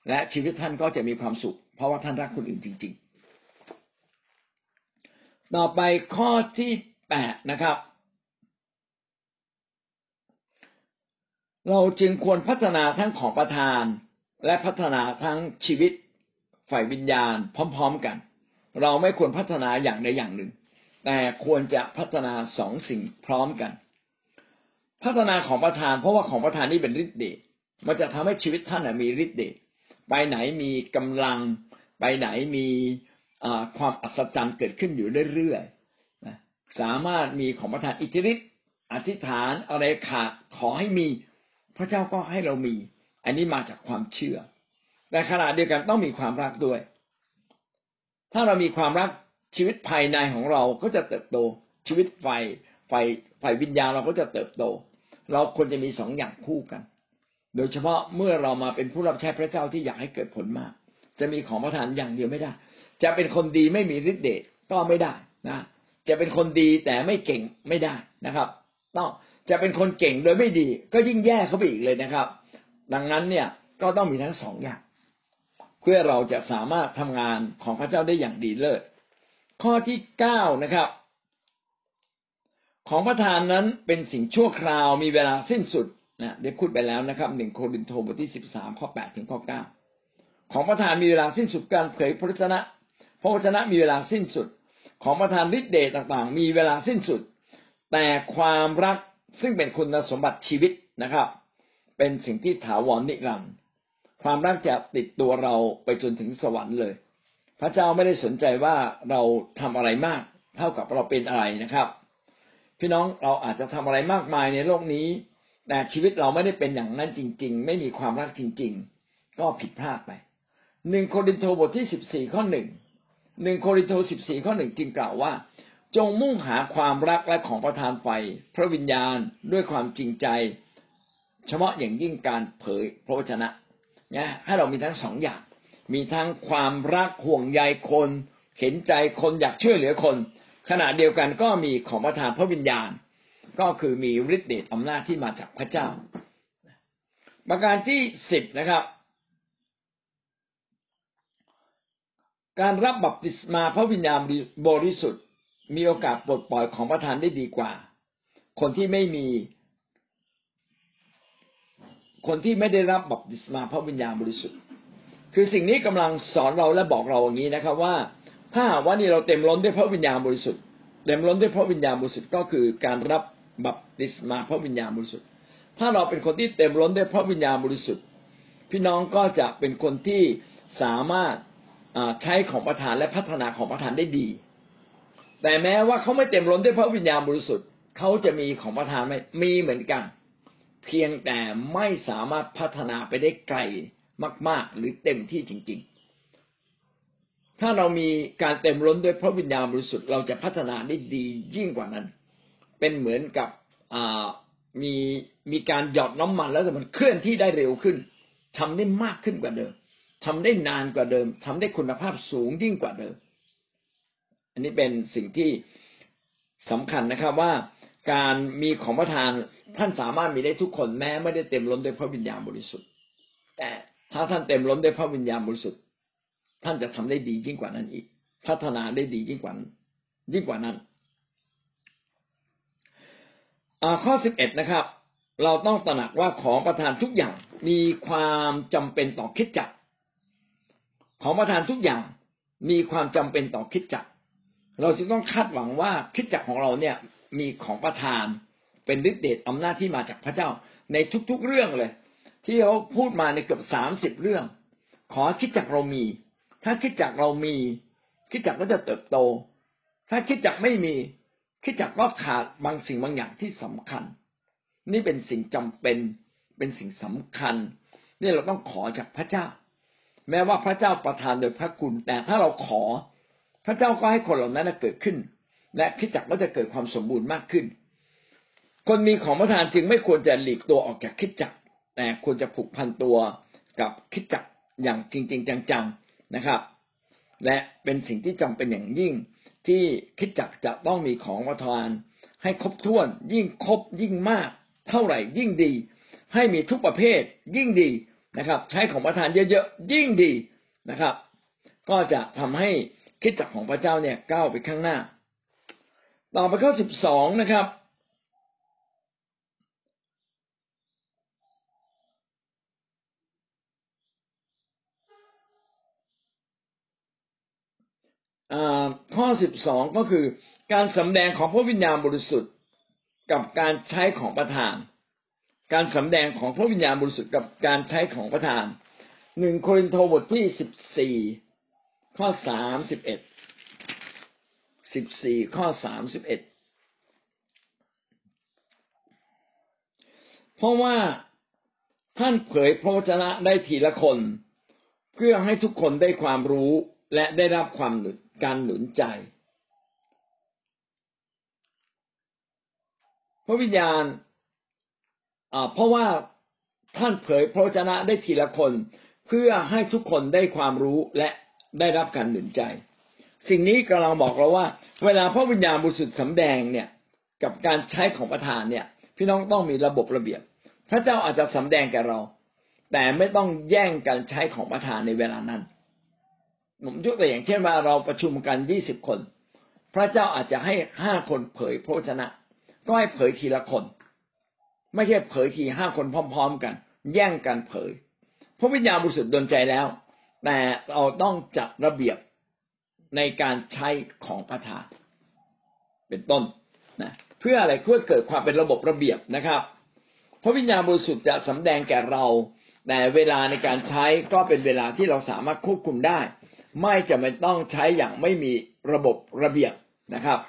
และชีวิตท่านก็จะมีความสุขเพราะว่าท่านรักคนอื่นจริงๆต่อไปข้อที่แปดนะครับเราจึงควรพัฒนาทั้งของประทานและพัฒนาทั้งชีวิตฝ่ายวิญญาณพร้อมๆกันเราไม่ควรพัฒนาอย่างใดอย่างหนึ่งแต่ควรจะพัฒนาสองสิ่งพร้อมกันพัฒนาของประทานเพราะว่าของประทานนี่เป็นฤทธิ์เดชมันจะทำให้ชีวิตท่านมีฤทธิ์เดชไปไหนมีกำลังไปไหนมีความอัศจรรย์เกิดขึ้นอยู่เรื่อยๆสามารถมีของประทานอิทธิฤทธิ์อธิษฐานอะไรขาดขอให้มีพระเจ้าก็ให้เรามีอันนี้มาจากความเชื่อแต่ขณะเดียวกันต้องมีความรักด้วยถ้าเรามีความรักชีวิตภายในของเราก็จะเติบโตชีวิตฝ่ายฝ่ายฝ่ายวิญญาณเราก็จะเติบโตเราควรจะมีสองอย่างคู่กันโดยเฉพาะเมื่อเรามาเป็นผู้รับใช้พระเจ้าที่อยากให้เกิดผลมากจะมีของประทานอย่างเดียวไม่ได้จะเป็นคนดีไม่มีฤทธิ์เดชก็ไม่ได้นะจะเป็นคนดีแต่ไม่เก่งไม่ได้นะครับต้องจะเป็นคนเก่งโดยไม่ดีก็ยิ่งแย่เข้าไปอีกเลยนะครับดังนั้นเนี่ยก็ต้องมีทั้งสองอย่างเพื่อเราจะสามารถทำงานของพระเจ้าได้อย่างดีเลิศข้อที่เก้านะครับของประทานนั้นเป็นสิ่งชั่วคราวมีเวลาสิ้นสุดนะได้พูดไปแล้วนะครับหนึ่งโครินธ์บทที่สิบสามข้อแปดถึงข้อเก้าของประทานมีเวลาสิ้นสุดการเผยพระวจนะพระวจนะมีเวลาสิ้นสุดของประทานฤทธิ์เดชต่างๆมีเวลาสิ้นสุดแต่ความรักซึ่งเป็นคุณสมบัติชีวิตนะครับเป็นสิ่งที่ถาวรนิรันดร์ความรักจะติดตัวเราไปจนถึงสวรรค์เลยพระเจ้าไม่ได้สนใจว่าเราทำอะไรมากเท่ากับเราเป็นอะไรนะครับพี่น้องเราอาจจะทำอะไรมากมายในโลกนี้แต่ชีวิตเราไม่ได้เป็นอย่างนั้นจริงๆไม่มีความรักจริงๆก็ผิดพลาดไปหนึ่งโครินธ์บทที่สิบสี่ข้อหนึ่งหนึ่งโครินธ์สิบสี่ข้อหนึ่งจึงกล่าวว่าจงมุ่งหาความรักและของประทานไฟพระวิญญาณด้วยความจริงใจเฉพาะอย่างยิ่งการเผยพระวจนะเนี่ยให้เรามีทั้งสองอย่างมีทั้งความรักห่วงใยคนเห็นใจคนอยากช่วยเหลือคนขณะเดียวกันก็มีของประทานพระวิญญาณก็คือมีฤทธิ์เดชอำนาจที่มาจากพระเจ้าประการที่สิบนะครับการรับบัพติศมาพระวิญญาณบริสุทธิ์มีโอกาสปลดปล่อยของประทานได้ดีกว่าคนที่ไม่มีคนที่ไม่ได้รับบัพติศมาพระวิญญาณบริสุทธิ์คือสิ่งนี้กำลังสอนเราและบอกเราอย่างนี้นะครับว่าถ้าว่านี่เราเต็มล้นด้วยพระวิญญาณบริสุทธิ์เต็มล้นด้วยพระวิญญาณบริสุทธิ์ก็คือการรับบัพติศมาพระวิญญาณบริสุทธิ์ถ้าเราเป็นคนที่เต็มล้นด้วยพระวิญญาณบริสุทธิ์พี่น้องก็จะเป็นคนที่สามารถใช้ของประทานและพัฒนาของประทานได้ดีแต่แม้ว่าเขาไม่เต็มล้นด้วยพระวิญญาณบริสุทธิ์เขาจะมีของประทานไหมมีเหมือนกันเพียงแต่ไม่สามารถพัฒนาไปได้ไกลมากๆหรือเต็มที่จริงๆถ้าเรามีการเต็มล้นด้วยพระวิญญาณบริสุทธิ์เราจะพัฒนาได้ดียิ่งกว่านั้นเป็นเหมือนกับมีมีการหยอดน้ำมันแล้วแต่มันเคลื่อนที่ได้เร็วขึ้นทำได้มากขึ้นกว่าเดิมทำได้นานกว่าเดิมทำได้คุณภาพสูงยิ่งกว่าเดิมอันนี้เป็นสิ่งที่สำคัญนะครับว่าการมีของประทานท่านสามารถมีได้ทุกคนแม้ไม่ได้เต็มล้นด้วยพระวิญญาณบริสุทธิ์แต่ถ้าท่านเต็มล้นด้วยพระวิญญาณบริสุทธิ์ท่านจะทำได้ดียิ่งกว่านั้นอีกพัฒนาได้ดียิ่งกว่ายิ่งกว่านั้นข้อสิบเอ็ดนะครับเราต้องตระหนักว่าของประทานทุกอย่างมีความจำเป็นต่อคริสตจักรของประทานทุกอย่างมีความจำเป็นต่อคริสตจักรเราจึงต้องคาดหวังว่าคริสตจักรของเราเนี่ยมีของประทานเป็นฤทธิ์เดชอำนาจที่มาจากพระเจ้าในทุกๆเรื่องเลยที่เขาพูดมาในเกือบสามสิบเรื่องขอคริสตจักรเรามีถ้าคริสตจักรเรามีคริสตจักรก็จะเติบโตถ้าคริสตจักรไม่มีคริสตจักรก็ขาดบางสิ่งบางอย่างที่สำคัญนี่เป็นสิ่งจำเป็นเป็นสิ่งสำคัญนี่เราต้องขอจากพระเจ้าแม้ว่าพระเจ้าประทานโดยพระคุณแต่ถ้าเราขอพระเจ้าก็ให้คนเหล่านั้นเกิดขึ้นและคริสตจักรก็จะเกิดความสมบูรณ์มากขึ้นคนมีของประทานจึงไม่ควรจะหลีกตัวออกจากคริสตจักรแต่ควรจะผูกพันตัวกับคริสตจักรอย่างจริงๆจังๆนะครับและเป็นสิ่งที่จำเป็นอย่างยิ่งที่คริสตจักรจะต้องมีของประทานให้ครบถ้วนยิ่งครบยิ่งมากเท่าไหร่ยิ่งดีให้มีทุกประเภทยิ่งดีนะครับใช้ของประทานเยอะๆยิ่งดีนะครับก็จะทำให้คริสตจักรของพระเจ้าเนี่ยก้าวไปข้างหน้าต่อไปข้อสิบสองนะครับข้อสิบสองก็คือการสำแดงของพระวิญญาณบริสุทธิ์กับการใช้ของประทานการสำแดงของพระวิญญาณบริสุทธิ์กับการใช้ของประทานหนึ่งโครินธ์บทที่สิบสี่ข้อสามสิบเอ็ดสิบสี่ข้อสามสิบเอ็ดเพราะว่าท่านเผยพระวจนะได้ทีละคนเพื่อให้ทุกคนได้ความรู้และได้รับความหนุนการหนุนใจพระวิญญาณอ่าเพราะว่าท่านเผยพระวจนะได้ทีละคนเพื่อให้ทุกคนได้ความรู้และได้รับการหนุนใจสิ่งนี้กำลังบอกเราว่าเวลาพระวิญญาณบริสุทธิ์สำแดงเนี่ยกับการใช้ของประทานเนี่ยพี่น้องต้องมีระบบระเบียบพระเจ้าอาจจะสำแดงแก่เราแต่ไม่ต้องแย่งกันใช้ของประทานในเวลานั้นผมยกตัวอย่างเช่นว่าเราประชุมกันยี่สิบคนพระเจ้าอาจจะให้ห้าคนเผยพระวจนะก็ให้เผยทีละคนไม่ใช่เผยทีห้าคนพร้อมๆกันแย่งกันเผยพระวิญญาณบริสุทธิ์ดลใจแล้วแต่เราต้องจัดระเบียบในการใช้ของประทานเป็นต้นนะเพื่ออะไรเพื่อเกิดความเป็นระบบระเบียบนะครับพระวิญญาณบริสุทธิ์จะสำแดงแก่เราแต่เวลาในการใช้ก็เป็นเวลาที่เราสามารถควบคุมได้ไม่จะไม่ต้องใช้อย่างไม่มีระบบระเบียบนะครับ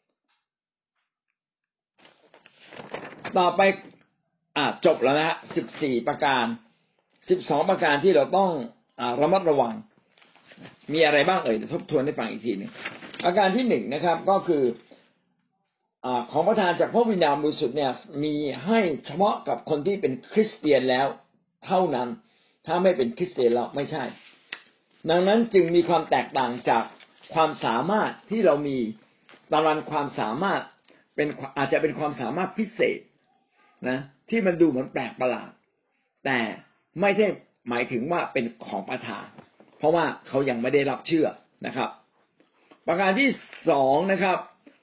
ต่อไปอ่าจบแล้วนะฮะสิบสี่ประการสิบสองประการที่เราต้องอ่าระมัดระวังมีอะไรบ้างเอ่ยทบทวนให้ฟังอีกทีนึงประการที่หนึ่งนะครับก็คืออ่าของประทานจากพระวิญญาณบริสุทธิ์เนี่ยมีให้เฉพาะกับคนที่เป็นคริสเตียนแล้วเท่านั้นถ้าไม่เป็นคริสเตียนแล้วไม่ใช่ดังนั้นจึงมีความแตกต่างจากความสามารถที่เรามีตารางความสามารถเป็นอาจจะเป็นความสามารถพิเศษนะที่มันดูเหมือนแปลกประหลาดแต่ไม่ได้หมายถึงว่าเป็นของประทานเพราะว่าเขายังไม่ได้รับเชื่อนะครับประการที่สองนะครับ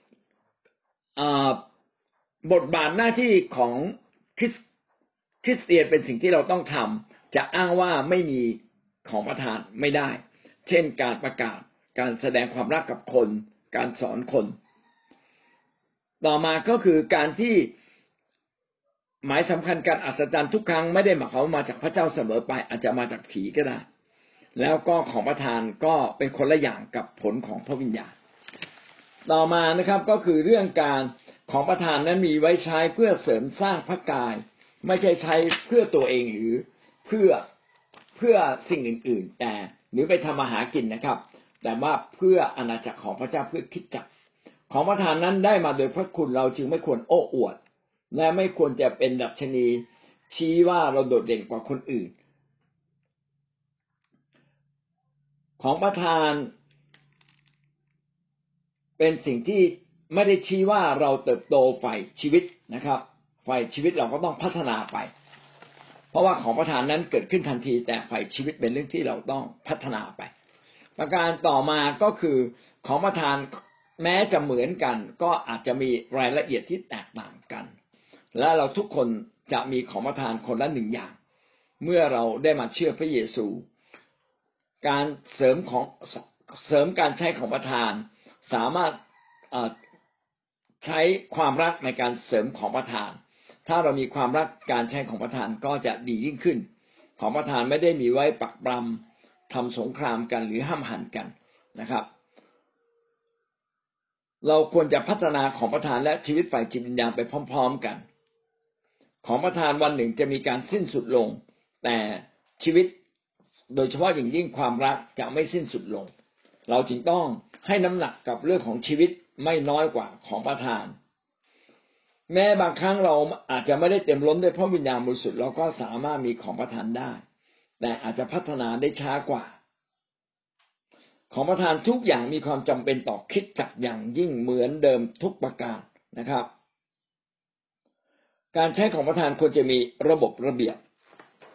บทบาทหน้าที่ของคริสคริสเตียนเป็นสิ่งที่เราต้องทำจะอ้างว่าไม่มีของประทานไม่ได้เช่นการประกาศการแสดงความรักกับคนการสอนคนต่อมาก็คือการที่หมายสำคัญการอัศจรรย์ทุกครั้งไม่ได้หมายความว่ามาจากพระเจ้าเสมอไปอาจจะมาจากผีก็ได้แล้วก็ของประทานก็เป็นคนละอย่างกับผลของพระวิญญาณต่อมานะครับก็คือเรื่องการของประทานนั้นมีไว้ใช้เพื่อเสริมสร้างพระกายไม่ใช่ใช้เพื่อตัวเองหรือเพื่อเพื่อสิ่งอื่นๆแต่หรือไปทำมาหากินนะครับแต่ว่าเพื่ออาณาจักรของพระเจ้าเพื่อคริสตจักรของประทานนั้นได้มาโดยพระคุณเราจึงไม่ควรโอ้อวดและไม่ควรจะเป็นดัชนีชี้ว่าเราโดดเด่นกว่าคนอื่นของประทานเป็นสิ่งที่ไม่ได้ชี้ว่าเราเติบโตฝ่ายชีวิตนะครับฝ่ายชีวิตเราก็ต้องพัฒนาไปเพราะว่าของประทานนั้นเกิดขึ้นทันทีแต่ฝ่ายชีวิตเป็นเรื่องที่เราต้องพัฒนาไปประการต่อมาก็คือของประทานแม้จะเหมือนกันก็อาจจะมีรายละเอียดที่แตกต่างกันและเราทุกคนจะมีของประทานคนละหนึ่งอย่างเมื่อเราได้มาเชื่อพระเยซูการเสริมของเสริมการใช้ของประทานสามารถใช้ความรักในการเสริมของประทานถ้าเรามีความรักการใช้ของประทานก็จะดียิ่งขึ้นของประทานไม่ได้มีไว้ปักปรำทำสงครามกันหรือห้ามหันกันนะครับเราควรจะพัฒนาของประทานและชีวิตฝ่ายจิตวิญญาณไปพร้อมๆกันของประทานวันหนึ่งจะมีการสิ้นสุดลงแต่ชีวิตโดยเฉพาะอย่างยิ่งความรักจะไม่สิ้นสุดลงเราจึงต้องให้น้ำหนักกับเรื่องของชีวิตไม่น้อยกว่าของประทานแม้บางครั้งเราอาจจะไม่ได้เต็มล้นด้วยพระวิญญาณบริสุทธิ์เราก็สามารถมีของประทานได้แต่อาจจะพัฒนาได้ช้ากว่าของประทานทุกอย่างมีความจำเป็นต่อคริสตจักรอย่างยิ่งเหมือนเดิมทุกประการนะครับการใช้ของประทานควรจะมีระบบระเบียบ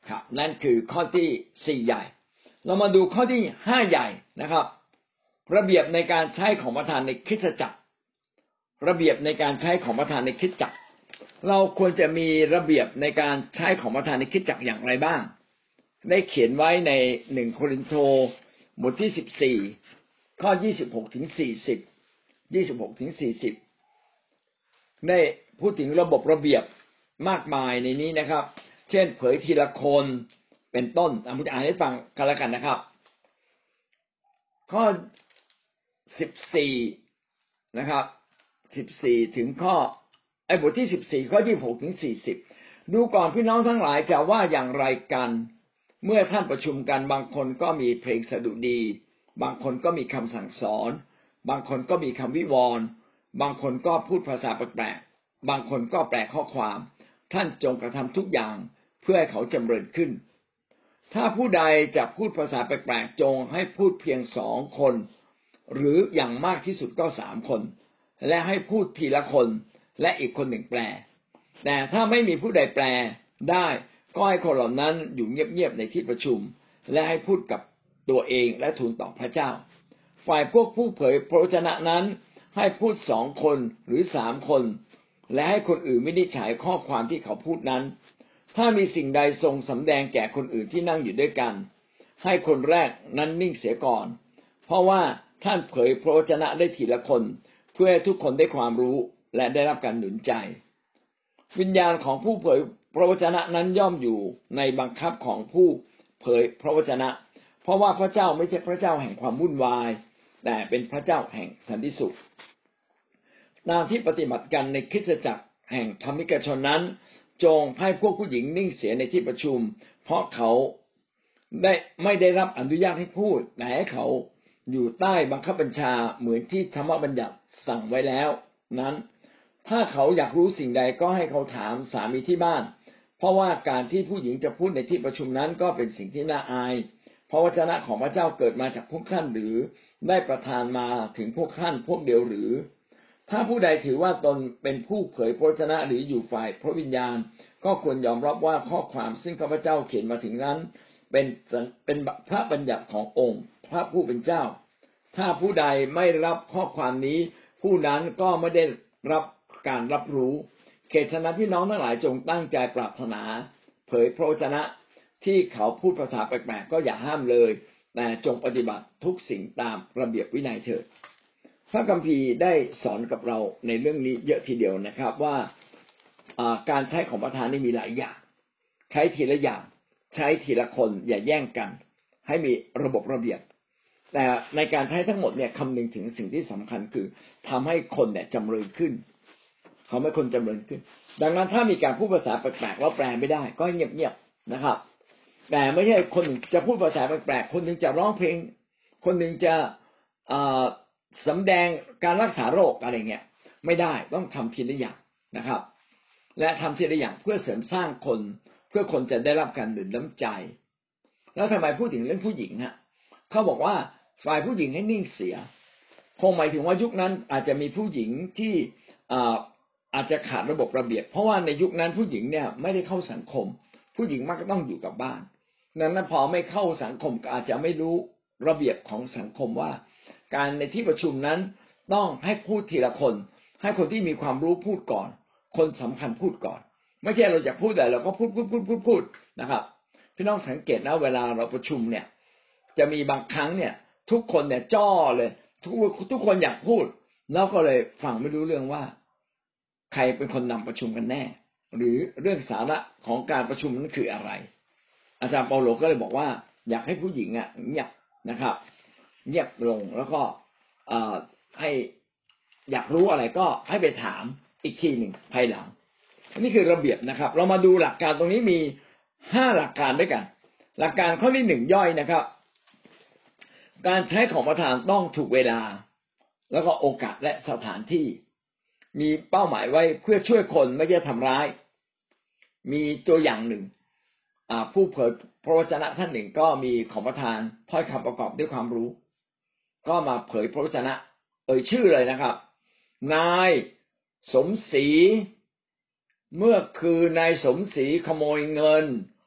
ครับนั่นคือข้อที่สี่ใหญ่เรามาดูข้อที่ห้าใหญ่นะครับระเบียบในการใช้ของประทานในคริสตจักรระเบียบในการใช้ของประทานในคริสตจักรเราควรจะมีระเบียบในการใช้ของประทานในคริสตจักรอย่างไรบ้างได้เขียนไว้ในหนึ่งโครินธ์บทที่สิบสี่ข้อยี่สิบหกถึงสี่สิบ ยี่สิบหกถึงสี่สิบได้พูดถึงระบบระเบียบมากมายในนี้นะครับเช่นเผยทีละคนเป็นต้นผมจะอ่านให้ฟังกันแล้วกันนะครับข้อสิบสี่นะครับสิบสี่ถึงข้อไอ้บทที่สิบสี่ข้อยี่สิบหกถึงสี่สิบดูก่อนพี่น้องทั้งหลายจะว่าอย่างไรกันเมื่อท่านประชุมกันบางคนก็มีเพลงสดุดีบางคนก็มีคำสั่งสอนบางคนก็มีคำวิวรณ์บางคนก็พูดภาษาแปลกๆบางคนก็แปลข้อความท่านจงกระทำทุกอย่างเพื่อให้เขาจำเริญขึ้นถ้าผู้ใดจะพูดภาษาแปลกๆจงให้พูดเพียงสองคนหรืออย่างมากที่สุดก็สามคนและให้พูดทีละคนและอีกคนหนึ่งแปลแต่ถ้าไม่มีผู้ใดแปลได้ก็ให้คนเหล่านั้นอยู่เงียบๆในที่ประชุมและให้พูดกับตัวเองและทูลต่อพระเจ้าฝ่ายพวกผู้เผยพระวจนะนั้นให้พูดสองคนหรือสามคนและให้คนอื่นวินิจฉัยข้อความที่เขาพูดนั้นถ้ามีสิ่งใดทรงสำแดงแก่คนอื่นที่นั่งอยู่ด้วยกันให้คนแรกนั้นนิ่งเสียก่อนเพราะว่าท่านเผยพระวจนะได้ทีละคนเพื่อให้ทุกคนได้ความรู้และได้รับการหนุนใจวิญญาณของผู้เผยพระวจนะนั้นย่อมอยู่ในบังคับของผู้เผยพระวจนะเพราะว่าพระเจ้าไม่ใช่พระเจ้าแห่งความวุ่นวายแต่เป็นพระเจ้าแห่งสันติสุขตามที่ปฏิบัติกันในคริสตจักรแห่งธรรมิกชนนั้นจงให้พวกผู้หญิงนิ่งเสียในที่ประชุมเพราะเขาได้ไม่ได้รับอนุญาตให้พูดแต่ให้เขาอยู่ใต้บังคับบัญชาเหมือนที่ธรรมบัญญัติสั่งไว้แล้วนั้นถ้าเขาอยากรู้สิ่งใดก็ให้เขาถามสามีที่บ้านเพราะว่าการที่ผู้หญิงจะพูดในที่ประชุมนั้นก็เป็นสิ่งที่น่าอายเพราะวจนะของพระเจ้าเกิดมาจากพวกท่านหรือได้ประทานมาถึงพวกท่านพวกเดียวหรือถ้าผู้ใดถือว่าตนเป็นผู้เผยพระวจนะหรืออยู่ฝ่ายพระวิญญาณก็ควรยอมรับว่าข้อความซึ่งข้าพเจ้าเขียนมาถึงนั้นเป็นเป็นพระบัญญัติขององค์พระผู้เป็นเจ้าถ้าผู้ใดไม่รับข้อความนี้ผู้นั้นก็ไม่ได้รับการรับรู้เหตุฉะนั้นพี่น้องทั้งหลายจงตั้งใจปรารถนาเผยพระวจนะที่เขาพูดภาษาแปลกๆก็อย่าห้ามเลยแต่จงปฏิบัติทุกสิ่งตามระเบียบวินัยเถิดพระคัมภีร์ได้สอนกับเราในเรื่องนี้เยอะทีเดียวนะครับว่าการใช้ของประทานนี่มีหลายอย่างใช้ทีละอย่างใช้ทีละคนอย่าแย่งกันให้มีระบบระเบียบแต่ในการใช้ทั้งหมดเนี่ยคำนึงถึงสิ่งที่สำคัญคือทำให้คนเนี่ยจำเริญขึ้นเขาไม่คนจำเริญขึ้นดังนั้นถ้ามีการพูดภาษาแปลกๆแล้วแปลไม่ได้ก็เงียบๆนะครับแต่ไม่ใช่คนหนึ่งจะพูดภาษาแปลกๆคนหนึ่งจะร้องเพลงคนหนึ่งจะสำแดงการรักษาโรคอะไรเงี้ยไม่ได้ต้องทำทีละอย่างนะครับและทำทีละอย่างเพื่อเสริมสร้างคนเพื่อคนจะได้รับการดื่มน้ำใจแล้วทำไมพูดถึงเรื่องผู้หญิงฮะเขาบอกว่าฝ่ายผู้หญิงให้นิ่งเสียคงหมายถึงว่ายุคนั้นอาจจะมีผู้หญิงที่อาจจะขาดระบบระเบียบเพราะว่าในยุคนั้นผู้หญิงเนี่ยไม่ได้เข้าสังคมผู้หญิงมักต้องอยู่กับบ้านดังนั้นพอไม่เข้าสังคมก็อาจจะไม่รู้ระเบียบของสังคมว่าการในที่ประชุมนั้นต้องให้พูดทีละคนให้คนที่มีความรู้พูดก่อนคนสำคัญพูดก่อนไม่ใช่เราอยากพูดแต่เราก็พูดพูดพูดพูดพูดนะครับพี่น้องสังเกตนะเวลาเราประชุมเนี่ยจะมีบางครั้งเนี่ยทุกคนเนี่ยจ้อเลยทุกทุกคนอยากพูดแล้วก็เลยฟังไม่รู้เรื่องว่าใครเป็นคนนำประชุมกันแน่หรือเรื่องสาระของการประชุมนั้นคืออะไรอาจารย์เปาโลก็เลยบอกว่าอยากให้ผู้หญิงอ่ะเงียบนะครับเงียบลงแล้วก็ให้อยากรู้อะไรก็ให้ไปถามอีกทีหนึ่งภายหลังนี่คือระเบียบนะครับเรามาดูหลักการตรงนี้มีห้าหลักการด้วยกันหลักการข้อที่หนึ่งย่อยนะครับการใช้ของประทานต้องถูกเวลาแล้วก็โอกาสและสถานที่มีเป้าหมายไว้เพื่อช่วยคนไม่ใช่ทำร้ายมีตัวอย่างหนึ่งผู้เผยพระวจนะท่านหนึ่งก็มีของประทานถ้อยคำประกอบด้วยความรู้ก็มาเผยพระวจนะเอ่ยชื่อเลยนะครับนายสมศรีเมื่อคืนนายสมศรีขโมยเงิน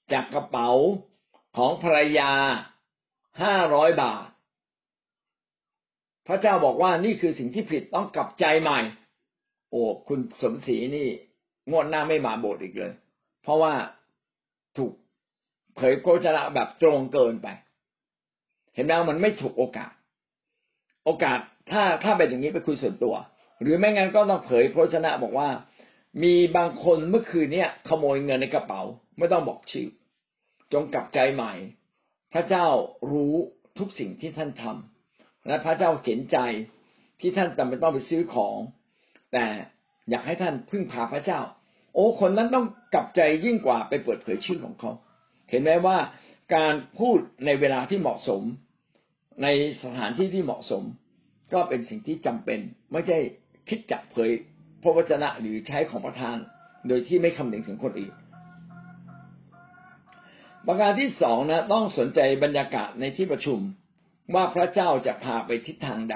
จากกระเป๋าของภรรยาห้าร้อยบาทพระเจ้าบอกว่านี่คือสิ่งที่ผิดต้องกลับใจใหม่โอ้คุณสมศรีนี่งวดหน้าไม่มาโบสถ์อีกเลยเพราะว่าถูกเผยพระวจนะแบบตรงเกินไปเห็นไหมมันไม่ถูกโอกาสโอกาสถ้าถ้าเป็นอย่างนี้ไปคุยส่วนตัวหรือไม่งั้นก็ต้องเผยพระวจนะบอกว่ามีบางคนเมื่อคืนนี้ขโมยเงินในกระเป๋าไม่ต้องบอกชื่อจงกลับใจใหม่พระเจ้ารู้ทุกสิ่งที่ท่านทำและพระเจ้าเห็นใจที่ท่านจำเป็นต้องไปซื้อของแต่อยากให้ท่านพึ่งพาพระเจ้าโอ้คนนั้นต้องกลับใจยิ่งกว่าไปเปิดเผยชื่อของเขาเห็นไหมว่าการพูดในเวลาที่เหมาะสมในสถานที่ที่เหมาะสมก็เป็นสิ่งที่จำเป็นไม่ใช่คิดจะเผยพระวจนะหรือใช้ของประทานโดยที่ไม่คำนึงถึงคนอื่นประการที่สองนะต้องสนใจบรรยากาศในที่ประชุมว่าพระเจ้าจะพาไปทิศทางใด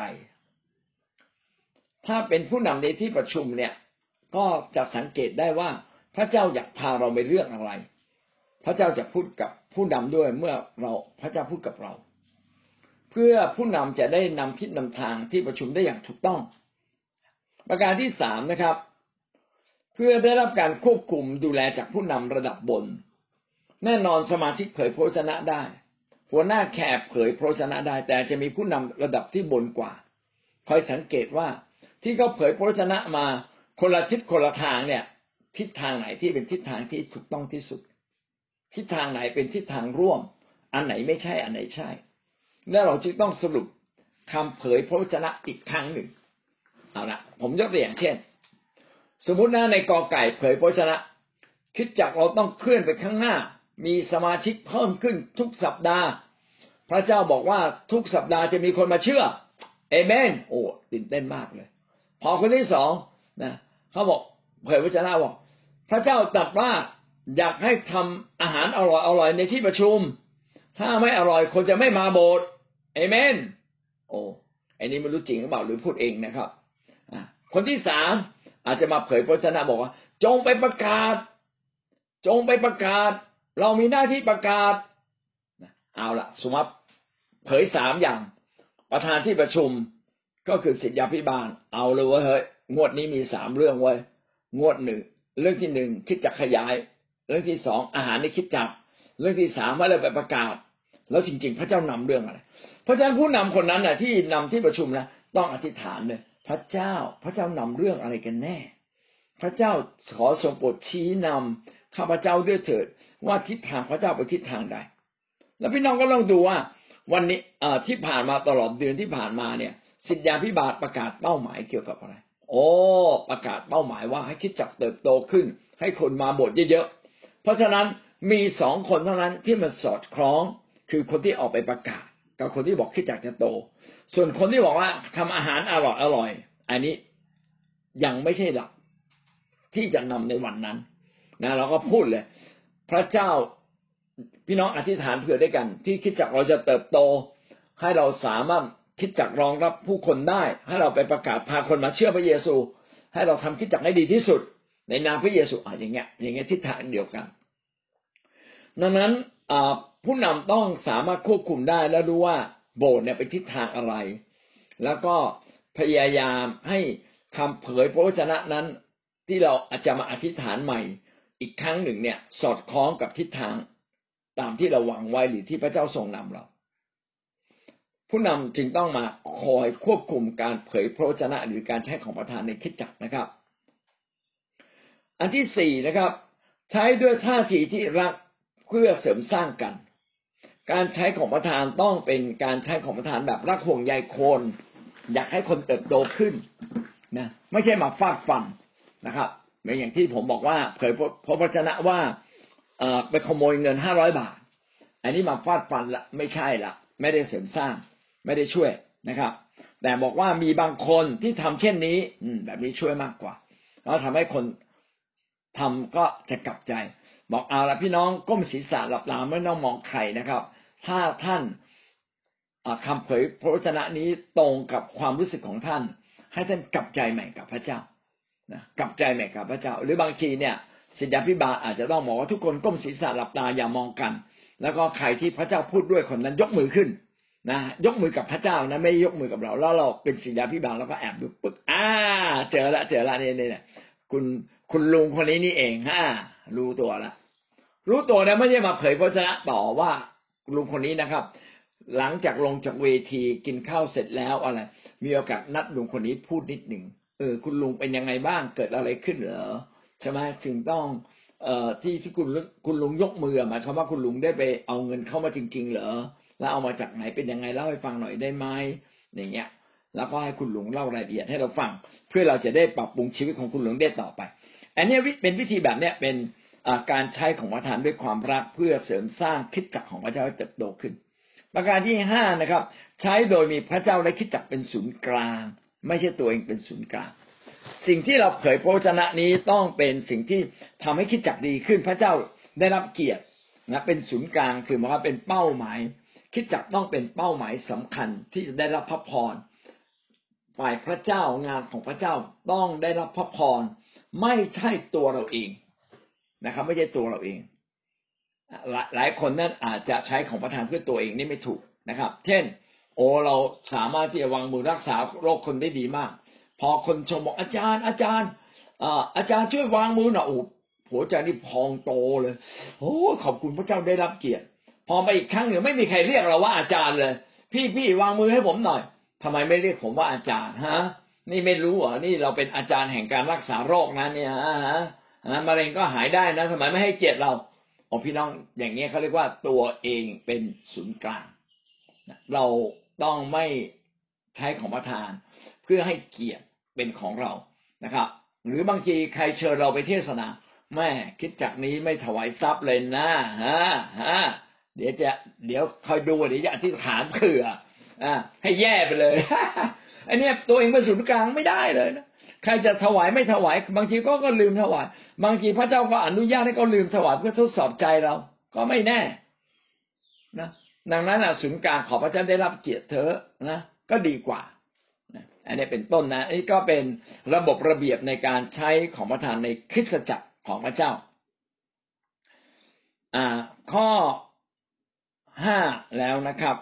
ถ้าเป็นผู้นำในที่ประชุมเนี่ยก็จะสังเกตได้ว่าพระเจ้าอยากพาเราไปเรื่องอะไรพระเจ้าจะพูดกับผู้นำด้วยเมื่อเราพระเจ้าพูดกับเราเพื่อผู้นำจะได้นำทิศนำทางที่ประชุมได้อย่างถูกต้องประการที่สามนะครับเพื่อได้รับการควบคุมดูแลจากผู้นำระดับบนแน่นอนสมาชิกเผยพระวจนะได้หัวหน้าแขกเผยพระวจนะได้แต่จะมีผู้นำระดับที่บนกว่าคอยสังเกตว่าที่เขาเผยพระวจนะมาคนละทิศคนละทางเนี่ยทิศทางไหนที่เป็นทิศทางที่ถูกต้องที่สุดทิศทางไหนเป็นทิศทางร่วมอันไหนไม่ใช่อันไหนใช่แล้วเราจึงต้องสรุปคำเผยพระวจนะอีกครั้งหนึ่งเอาละผมยกตัวอย่างเช่นสมมุตินะในกอไก่เผยพระวจนะคิดจักเราต้องเคลื่อนไปข้างหน้ามีสมาชิกเพิ่มขึ้นทุกสัปดาห์พระเจ้าบอกว่าทุกสัปดาห์จะมีคนมาเชื่อเอเมนโอ้ตื่นเต้นมากเลยพอคนที่สองนะเขาบอกเผยพระวจนะบอกพระเจ้าตรัสว่าอยากให้ทำอาหารอร่อยอร่อยในที่ประชุมถ้าไม่อร่อยคนจะไม่มาโบสถ์เอเมนโอ้ไอ้นี้ไม่รู้จริงหรือเปล่าหรือพูดเองนะครับคนที่สามอาจจะมาเผยพระวจนะบอกว่าจงไปประกาศจงไปประกาศเรามีหน้าที่ประกาศเอาละสมมติเผยสามอย่างประธานที่ประชุมก็คือศิษยาภิบาลเอาเลยว่าเฮ้ยงวดนี้มีสามเรื่องไว้งวดหนึ่งเรื่องที่หนึ่งคิดจักขยายเรื่องที่สองอาหารในคิดจักเรื่องที่สามว่าเราไปประกาศแล้วจริงๆพระเจ้านำเรื่องอะไรเพราะฉะนั้นผู้นำคนนั้นน่ะที่นำที่ประชุมนะต้องอธิษฐานเลยพระเจ้าพระเจ้านำเรื่องอะไรกันแน่พระเจ้าขอทรงโปรดชี้นำข้าพเจ้าด้วยเถิดว่าทิศทางพระเจ้าไปทิศทางใดแล้วพี่น้องก็ลองดูว่าวันนี้ที่ผ่านมาตลอดเดือนที่ผ่านมาเนี่ยศิษยาภิบาลประกาศเป้าหมายเกี่ยวกับอะไรโอ้ประกาศเป้าหมายว่าให้คริสตจักรเติบโตขึ้นให้คนมาโบสถ์เยอะๆเพราะฉะนั้นมีสองคนเท่านั้นที่มันสอดคล้องคือคนที่ออกไปประกาศกับคนที่บอกคริสตจักรจะโตส่วนคนที่บอกว่าทำอาหารอร่อยอร่อยอันนี้ยังไม่ใช่หลักที่จะนำในวันนั้นนะเราก็พูดเลยพระเจ้าพี่น้องอธิษฐานเผื่อด้วยกันที่คริสตจักรเราจะเติบโตให้เราสามารถคริสตจักรรองรับผู้คนได้ให้เราไปประกาศพาคนมาเชื่อพระเยซูให้เราทำคริสตจักรให้ดีที่สุดในนามพระเยซูอ่ะอย่างเงี้ยอย่างเงี้ยทิศทางเดียวกันดังนั้นผู้นำต้องสามารถควบคุมได้และรู้ว่าโบสถ์เนี่ยเป็นทิศทางอะไรแล้วก็พยายามให้คำเผยพระวจนะนั้นที่เราอาจจะมาอธิษฐานใหม่อีกครั้งหนึ่งเนี่ยสอดคล้องกับทิศทางตามที่เราหวังไว้หรือที่พระเจ้าทรงนำเราผู้นำจึงต้องมาคอยควบคุมการเผยพระวจนะหรือการใช้ของประทานในคริสตจักรนะครับอันที่สี่นะครับใช้ด้วยท่าทีที่รักเพื่อเสริมสร้างกันการใช้ของประทานต้องเป็นการใช้ของประทานแบบรักห่วงใยคนอยากให้คนเติบโตขึ้นนะไม่ใช่มาฟาดฟันนะครับเหมือนอย่างที่ผมบอกว่าเผยพระวจนะว่าเอ่อไปขโมยเงินห้าร้อยบาทอันนี้มาฟาดฟันละไม่ใช่ละไม่ได้เสริมสร้างไม่ได้ช่วยนะครับแต่บอกว่ามีบางคนที่ทำเช่นนี้แบบนี้ช่วยมากกว่าแล้วทำให้คนทำก็จะกลับใจบอกเอาละพี่น้องก้มศีรษะหลับตาไม่ต้องมองใครนะครับถ้าท่านคำเผยพระวจนะนี้ตรงกับความรู้สึกของท่านให้ท่านกลับใจใหม่กับพระเจ้านะกลับใจใหม่กับพระเจ้าหรือบางทีเนี่ยศิษยาภิบาลอาจจะต้องบอกว่าทุกคนก้มศีรษะหลับตาอย่ามองกันแล้วก็ใครที่พระเจ้าพูดด้วยคนนั้นยกมือขึ้นนะยกมือกับพระเจ้านะไม่ยกมือกับเราแล้วเราเป็นศิษยาภิบาลแล้วก็แอบดูปึ๊กอ่าเจอละเจอละนี่นี่คุณคุณลุงคนนี้นี่เองฮะรู้ตัวละรู้ตัวแล้วไม่ได้มาเผยพระชนะต่อว่าลุงคนนี้นะครับหลังจากลงจากเวทีกินข้าวเสร็จแล้วอะไรมีโอกาสนัดลุงคนนี้พูดนิดหนึ่งเออคุณลุงเป็นยังไงบ้างเกิดอะไรขึ้นเหรอใช่ไหมถึงต้องเอ่อที่ที่คุณคุณลุงยกมือหมายความว่าคุณลุงได้ไปเอาเงินเข้ามาจริงๆเหรอแล้วเอามาจากไหนเป็นยังไงเล่าให้ฟังหน่อยได้ไหมอย่างเงี้ยแล้วก็ให้คุณลุงเล่ารายละเอียดให้เราฟังเพื่อเราจะได้ปรับปรุงชีวิตของคุณลุงได้ต่อไปอันนี้เป็นวิธีแบบเนี้ยเป็นการใช้ของประทานด้วยความรักเพื่อเสริมสร้างคริสตจักรของพระเจ้าให้เติบโตขึ้นประการที่ห้านะครับใช้โดยมีพระเจ้าและคริสตจักรเป็นศูนย์กลางไม่ใช่ตัวเองเป็นศูนย์กลางสิ่งที่เราเผยพระวจนะนี้ต้องเป็นสิ่งที่ทำให้คริสตจักรดีขึ้นพระเจ้าได้รับเกียรตินะเป็นศูนย์กลางคือหมายว่าเป็นเป้าหมายคริสตจักรต้องเป็นเป้าหมายสำคัญที่จะได้รับพระพรฝ่ายพระเจ้างานของพระเจ้าต้องได้รับพระพรไม่ใช่ตัวเราเองนะครับไม่ใช่ตัวเราเองหลายคนนั้นอาจจะใช้ของประทานเพื่อตัวเองนี่ไม่ถูกนะครับเช่นโอ้เราสามารถที่จะวางมือรักษาโรคคนได้ดีมากพอคนชมบอกอาจารย์อาจารย์อาจารย์ช่วยวางมือหน่อยโอ้หัวใจนี่พองโตเลยโอ้ขอบคุณพระเจ้าได้รับเกียรติพอมาอีกครั้งหนึ่งไม่มีใครเรียกเราว่าอาจารย์เลยพี่พี่วางมือให้ผมหน่อยทำไมไม่เรียกผมว่าอาจารย์ฮะนี่ไม่รู้เหรอนี่เราเป็นอาจารย์แห่งการรักษาโรคนะเนี่ยฮะมะเร็งก็หายได้นะทำไมไม่ให้เกียรติเราอ๋อพี่น้องอย่างนี้เขาเรียกว่าตัวเองเป็นศูนย์กลางเราต้องไม่ใช้ของประทานเพื่อให้เกียรติเป็นของเรานะครับหรือบางทีใครเชิญเราไปเทศนาแม่คิดจากนี้ไม่ถวายทรัพย์เลยนะฮะฮะเดี๋ยวจะเดี๋ยวคอยดูเดี๋ยวจะอธิษฐานเผื่ออ่าให้แย่ไปเลยอันนี้ตัวเองเป็นศูนย์กลางไม่ได้เลยนะใครจะถวายไม่ถวายบางทีก็ก็ลืมถวายบางทีพระเจ้าก็อนุญาตให้เขาลืมถวายเพื่อทดสอบใจเราก็ไม่แน่นะดังนั้นอ่ะศูนย์กลางขอพระเจ้าได้รับเกียรติเถอะนะก็ดีกว่าอันนี้เป็นต้นนะนี่ก็เป็นระบบระเบียบในการใช้ของประทานในคริสตจักรของพระเจ้าอ่าข้อห้าแล้วนะครับ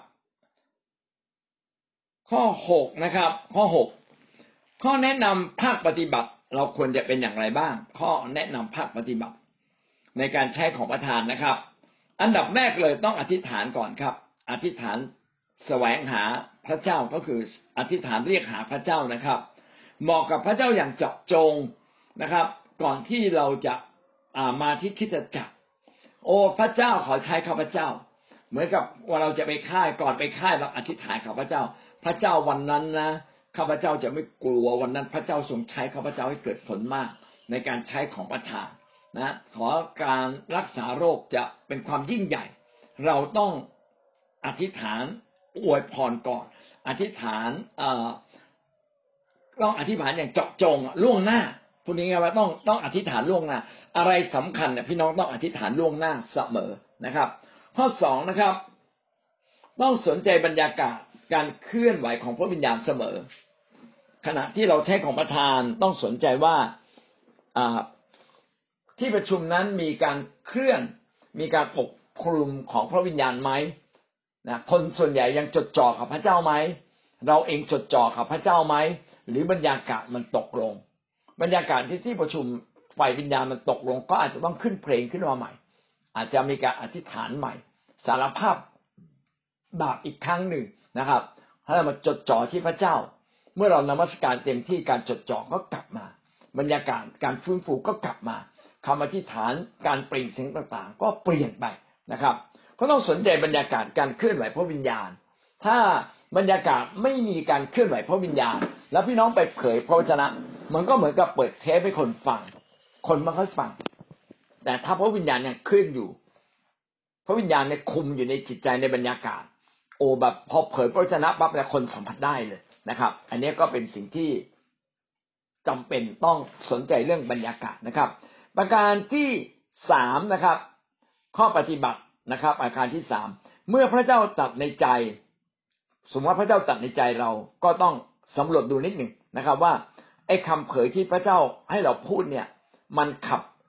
ข้อหกนะครับข้อหกข้อแนะนำภาคปฏิบัติเราควรจะเป็นอย่างไรบ้างข้อแนะนำภาคปฏิบัติในการใช้ของประทานนะครับอันดับแรกเลยต้องอธิษฐานก่อนครับอธิษฐานแสวงหาพระเจ้าก็คืออธิษฐานเรียกหาพระเจ้านะครับเหมาะกับพระเจ้าอย่างเจาะจงนะครับก่อนที่เราจะมาที่คริสตจักรโอ้พระเจ้าขอใช้ข้าพเจ้าเหมือนกับว่าเราจะไปค่ายก่อนไปค่ายเราอธิษฐานข้าพเจ้าพระเจ้าวันนั้นนะข้าพเจ้าจะไม่กลัววันนั้นพระเจ้าทรงใช้ข้าพเจ้าให้เกิดผลมากในการใช้ของประทานนะขอการรักษาโรคจะเป็นความยิ่งใหญ่เราต้องอธิษฐานอวยพรก่อนอธิษฐานเอ่อต้องอธิษฐานอย่างเจาะจงล่วงหน้าพูดง่ายๆว่าต้องต้องอธิษฐานล่วงหน้าอะไรสำคัญเนี่ยพี่น้องต้องอธิษฐานล่วงหน้าเสมอนะครับข้อสองนะครับต้องสนใจบรรยากาศการเคลื่อนไหวของพระวิญญาณเสมอขณะที่เราใช้ของประทานต้องสนใจว่าที่ประชุมนั้นมีการเคลื่อนมีการปกคลุมของพระวิญญาณไหมนะคนส่วนใหญ่ยังจดจ่อกับพระเจ้าไหมเราเองจดจ่อกับพระเจ้าไหมหรือบรรยากาศมันตกลงบรรยากาศที่ที่ประชุมฝ่ายวิญญาณมันตกลงก็อาจจะต้องขึ้นเพลงขึ้นมาใหม่อาจจะมีการอธิษฐานใหม่สารภาพบาปอีกครั้งหนึ่งนะครับให้เรามาจดจ่อที่พระเจ้าเมื่อเรานมัสการเต็มที่การจดจ่อก็กลับมาบรรยากาศการฟื้นฟูก็กลับมาคำอธิษฐานการเปล่งเสียงต่างๆก็เปลี่ยนไปนะครับก็ต้องสนใจบรรยากาศการเคลื่อนไหวพระวิญญาณถ้าบรรยากาศไม่มีการเคลื่อนไหวพระวิญญาณแล้วพี่น้องไปเผยพระวจนะมันก็เหมือนกับเปิดเทปให้คนฟังคนไม่ค่อยฟังแต่ถ้าพระวิญญาณยังเคลื่อนอยู่พระวิญญาณเนี่ยคุมอยู่ในจิตใจในบรรยากาศโอ้แบบพอเผยพระวจนะปั๊บแล้วคนสัมผัสได้เลยนะครับอันนี้ก็เป็นสิ่งที่จำเป็นต้องสนใจเรื่องบรรยากาศนะครับประการที่สามนะครับข้อปฏิบัตินะครับประการที่สามเมื่อพระเจ้าตรัสในใจสมมติว่าพระเจ้าตรัสในใจเราก็ต้องสำรวจดูนิดหนึ่งนะครับว่าไอ้คำเผยที่พระเจ้าให้เราพูดเนี่ยมันขับ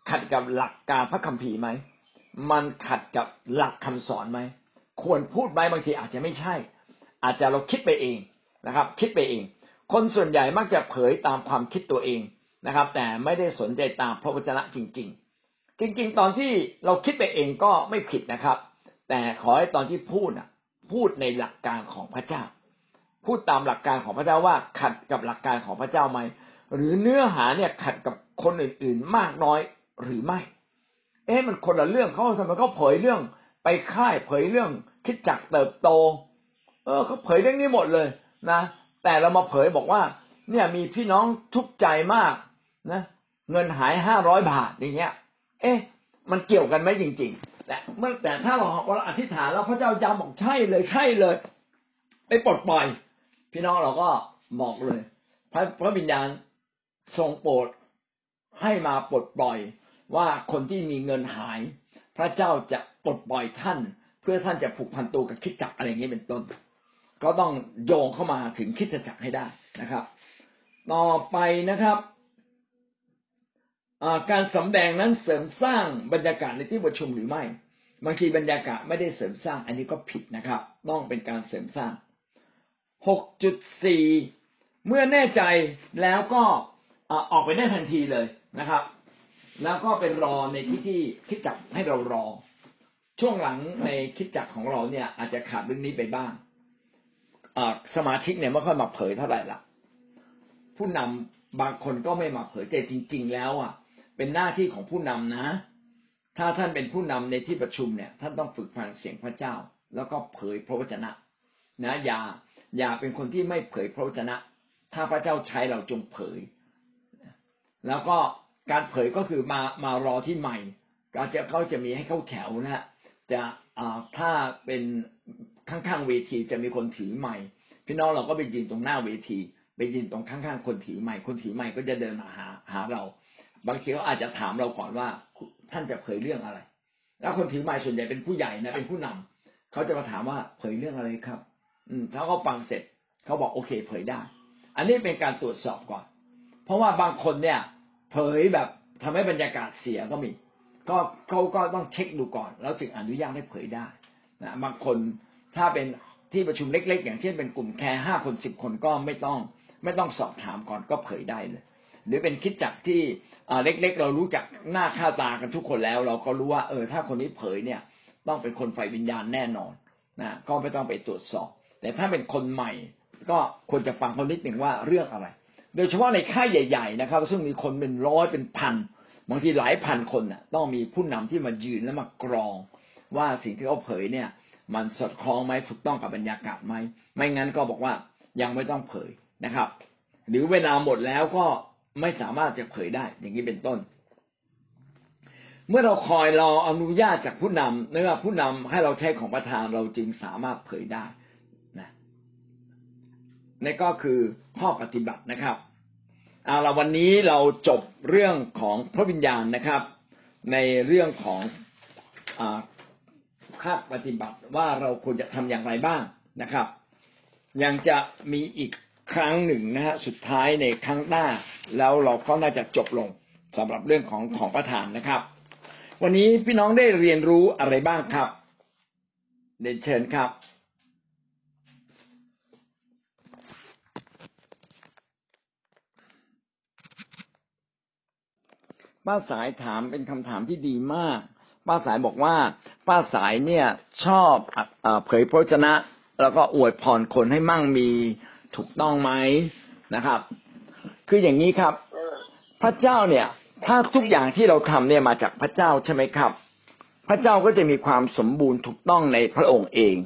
ขัดกับหลักการพระคัมภีร์ไหมมันขัดกับหลักคำสอนไหมควรพูดไหมบางทีอาจจะไม่ใช่อาจจะเราคิดไปเองนะครับคิดไปเองคนส่วนใหญ่มักจะเผยตามความคิดตัวเองนะครับแต่ไม่ได้สนใจตามพระวจนะจริงๆจริงๆตอนที่เราคิดไปเองก็ไม่ผิดนะครับแต่ขอให้ตอนที่พูดน่ะพูดในหลักการของพระเจ้าพูดตามหลักการของพระเจ้าว่าขัดกับหลักการของพระเจ้าไหมหรือเนื้อหาเนี่ยขัดกับคนอื่นๆมากน้อยหรือไม่เอ๊ะมันคนละเรื่องเขาทำไมเขาเผยเรื่องไปค่ายเผยเรื่องคิดจักเติบโตเออเขาเผยเรื่องนี้หมดเลยนะแต่เรามาเผยบอกว่าเนี่ยมีพี่น้องทุกข์ใจมากนะเงินหายห้าร้อยบาทอย่างเงี้ยเอ๊ะมันเกี่ยวกันไหมจริงๆแต่เมื่อแต่ถ้าเราเราอธิษฐานแล้วพระเจ้าย้ำบอกใช่เลยใช่เลยไปปลดปล่อยพี่น้องเราก็บอกเลยพระพระวิญญาณทรงโปรดให้มาปลดปล่อยว่าคนที่มีเงินหายพระเจ้าจะปลดปล่อยท่านเพื่อท่านจะผูกพันตัวกับคริสตจักรอะไรอย่างนี้เป็นต้นก็ต้องโยงเข้ามาถึงคริสตจักรให้ได้นะครับต่อไปนะครับการสำแดงนั้นเสริมสร้างบรรยากาศในที่ประชุมหรือไม่บางทีบรรยากาศไม่ได้เสริมสร้างอันนี้ก็ผิดนะครับต้องเป็นการเสริมสร้าง หกจุดสี่ เมื่อแน่ใจแล้วก็ออกไปได้ทันทีเลยนะครับแล้วก็เป็นรอในที่ที่คริสตจักรให้เรารอช่วงหลังในคริสตจักรของเราเนี่ยอาจจะขาดเรื่องนี้ไปบ้างสมาชิกเนี่ยไม่ค่อยมาเผยเท่าไหร่ละผู้นำบางคนก็ไม่มาเผยแต่จริงๆแล้วอ่ะเป็นหน้าที่ของผู้นำนะถ้าท่านเป็นผู้นำในที่ประชุมเนี่ยท่านต้องฝึกฟังเสียงพระเจ้าแล้วก็เผยพระวจนะนะอย่าอย่าเป็นคนที่ไม่เผยพระวจนะถ้าพระเจ้าใช้เราจงเผยแล้วก็การเผยก็คือมามารอที่ใหม่ก็จะเขาจะมีให้เข้าแถวนะฮะจะถ้าเป็นข้างๆเวทีจะมีคนถือไมค์พี่น้องเราก็ไปยืนตรงหน้าเวทีไปยืนตรงข้างๆคนถือไมค์คนถือไมค์ก็จะเดินมาหาหาเราบางทีเขาอาจจะถามเราก่อนว่าท่านจะเผยเรื่องอะไรแล้วคนถือไมค์ส่วนใหญ่เป็นผู้ใหญ่นะเป็นผู้นำเขาจะมาถามว่าเผยเรื่องอะไรครับอืมถ้าเขาฟังเสร็จเขาบอกโอเคเผยได้อันนี้เป็นการตรวจสอบก่อนเพราะว่าบางคนเนี่ยเผยแบบทำให้บรรยากาศเสียก็มีก็เขาก็ต้องเช็คดูก่อนแล้วจึงอนุญาตให้เผยได้นะบางคนถ้าเป็นที่ประชุมเล็กๆอย่างเช่นเป็นกลุ่มแค่ห้าคนสิบคนก็ไม่ต้องไม่ต้องสอบถามก่อนก็เผยได้เลยหรือเป็นคริสตจักรที่เล็กๆเรารู้จักหน้าค่าตากันทุกคนแล้วเราก็รู้ว่าเออถ้าคนนี้เผยเนี่ยต้องเป็นคนฝ่ายวิญญาณแน่นอนนะก็ไม่ต้องไปตรวจสอบแต่ถ้าเป็นคนใหม่ก็ควรจะฟังเขานิดหนึ่งว่าเรื่องอะไรโดยเฉพาะในค่ายใหญ่ๆนะครับซึ่งมีคนเป็นร้อยเป็นพันบางทีหลายพันคนน่ะต้องมีผู้นำที่มายืนและมากรองว่าสิ่งที่เขาเผยเนี่ยมันสอดคล้องไหมถูกต้องกับบรรยากาศไหมไม่งั้นก็บอกว่ายังไม่ต้องเผยนะครับหรือเวลาหมดแล้วก็ไม่สามารถจะเผยได้อย่างนี้เป็นต้นเมื่อเราคอยรออนุญาตจากผู้นำเนื่อผู้นำให้เราใช้ของประทานเราจึงสามารถเผยได้นะนี่ก็คือข้อปฏิบัตินะครับเอาละวันนี้เราจบเรื่องของพระวิญญาณนะครับในเรื่องของภาคปฏิบัติว่าเราควรจะทำอย่างไรบ้างนะครับยังจะมีอีกครั้งหนึ่งนะฮะสุดท้ายในครั้งหน้าแล้วเราก็น่าจะจบลงสำหรับเรื่องของของประทานนะครับวันนี้พี่น้องได้เรียนรู้อะไรบ้างครับเรียนเชิญครับป้าสายถามเป็นคำถามที่ดีมากป้าสายบอกว่าป้าสายเนี่ยชอบเผยพระวจนะแล้วก็อวยพรคนให้มั่งมีถูกต้องไหมนะครับคืออย่างนี้ครับพระเจ้าเนี่ยถ้าทุกอย่างที่เราทำเนี่ยมาจากพระเจ้าใช่ไหมครับพระเจ้าก็จะมีความสมบูรณ์ถูกต้องในพระองค์เอง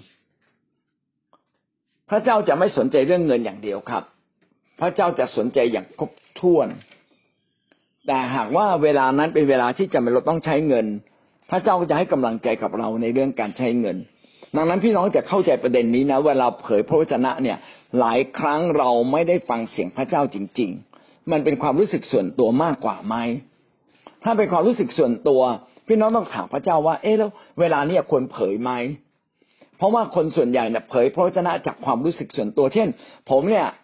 พระเจ้าจะไม่สนใจเรื่องเงินอย่างเดียวครับพระเจ้าจะสนใจอย่างครบถ้วนแต่หากว่าเวลานั้นเป็นเวลาที่จำเป็นเราต้องใช้เงินพระเจ้าก็จะให้กำลังใจกับเราในเรื่องการใช้เงินดังนั้นพี่น้องจะเข้าใจประเด็นนี้นะเวลาเผยพระวจนะเนี่ยหลายครั้งเราไม่ได้ฟังเสียงพระเจ้าจริงๆมันเป็นความรู้สึกส่วนตัวมากกว่าไหมถ้าเป็นความรู้สึกส่วนตัวพี่น้องต้องถามพระเจ้าว่าเอ๊ะแล้วเวลานี้ควรเผยไหมเพราะว่าคนส่วนใหญ่เนี่ยเผยพระวจนะจากความรู้สึกส่วนตัวเช่นผมเนี่ย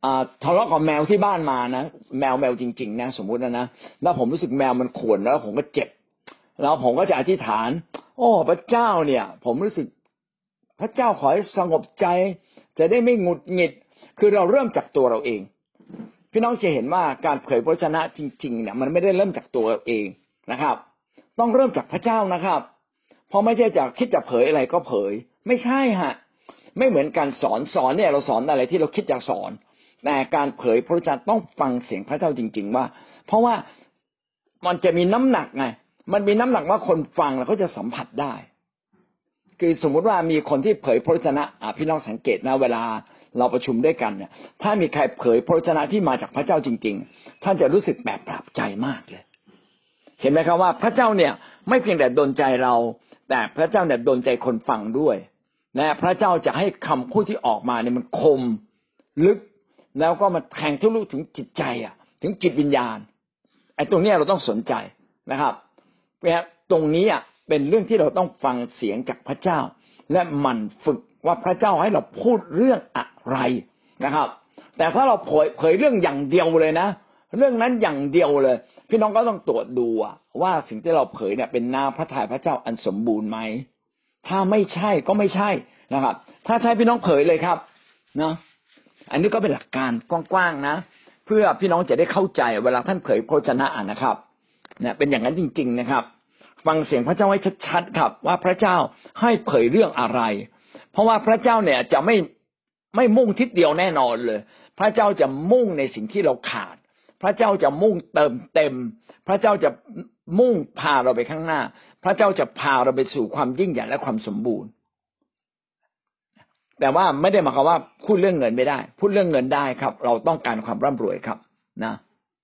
ทะเลาะกับแมวที่บ้านมานะแมวแมวจริงๆนะสมมุตินะนะแล้วผมรู้สึกแมวมันข่วนแล้วผมก็เจ็บแล้วผมก็จะอธิษฐานโอ้พระเจ้าเนี่ยผมรู้สึกพระเจ้าขอให้สงบใจจะได้ไม่หงุดหงิดคือเราเริ่มจากตัวเราเองพี่น้องจะเห็นว่าการเผยพระวจนะจริงๆเนี่ยมันไม่ได้เริ่มจากตัวเราเองนะครับต้องเริ่มจากพระเจ้านะครับเพราะไม่ใช่จากคิดจะเผยอะไรก็เผยไม่ใช่ฮะไม่เหมือนการสอนสอนเนี่ยเราสอนอะไรที่เราคิดจะสอนแต่การเผยพระวจนะต้องฟังเสียงพระเจ้าจริงๆว่าเพราะว่ามันจะมีน้ำหนักไงมันมีน้ำหนักว่าคนฟังแล้วเขาจะสัมผัสได้คือสมมุติว่ามีคนที่เผยพระวจนะพี่น้องสังเกตนะเวลาเราประชุมด้วยกันเนี่ยถ้ามีใครเผยพระวจนะที่มาจากพระเจ้าจริงๆท่านจะรู้สึกแบบปรับใจมากเลยเห็นไหมครับว่าพระเจ้าเนี่ยไม่เพียงแต่ดลใจเราแต่พระเจ้าเนี่ยดลใจคนฟังด้วยนะพระเจ้าจะให้คำพูดที่ออกมาเนี่ยมันคมลึกแล้วก็มาแทงทะลุถึงจิตใจอ่ะถึงจิตวิญญาณไอ้ตรงนี้เราต้องสนใจนะครับเพราะตรงนี้อ่ะเป็นเรื่องที่เราต้องฟังเสียงจากพระเจ้าและหมั่นฝึกว่าพระเจ้าให้เราพูดเรื่องอะไรนะครับแต่ถ้าเราเผยเผยเรื่องอย่างเดียวเลยนะเรื่องนั้นอย่างเดียวเลยพี่น้องก็ต้องตรวจดูว่าสิ่งที่เราเผยเนี่ยเป็นนาพระทัยพระเจ้าอันสมบูรณ์ไหมถ้าไม่ใช่ก็ไม่ใช่นะครับถ้าใช่พี่น้องเผยเลยครับเนาะอันนี้ก็เป็นหลักการกว้างๆนะเพื่อพี่น้องจะได้เข้าใจเวลาท่านเผยพระวจนะนะครับเนี่ยเป็นอย่างนั้นจริงๆนะครับฟังเสียงพระเจ้าให้ชัดๆครับว่าพระเจ้าให้เผยเรื่องอะไรเพราะว่าพระเจ้าเนี่ยจะไม่ไม่มุ่งทิศเดียวแน่นอนเลยพระเจ้าจะมุ่งในสิ่งที่เราขาดพระเจ้าจะมุ่งเติมเต็มพระเจ้าจะมุ่งพาเราไปข้างหน้าพระเจ้าจะพาเราไปสู่ความยิ่งใหญ่และความสมบูรณ์แต่ว่าไม่ได้หมายความว่าพูดเรื่องเงินไม่ได้พูดเรื่องเงินได้ครับเราต้องการความร่ำรวยครับนะ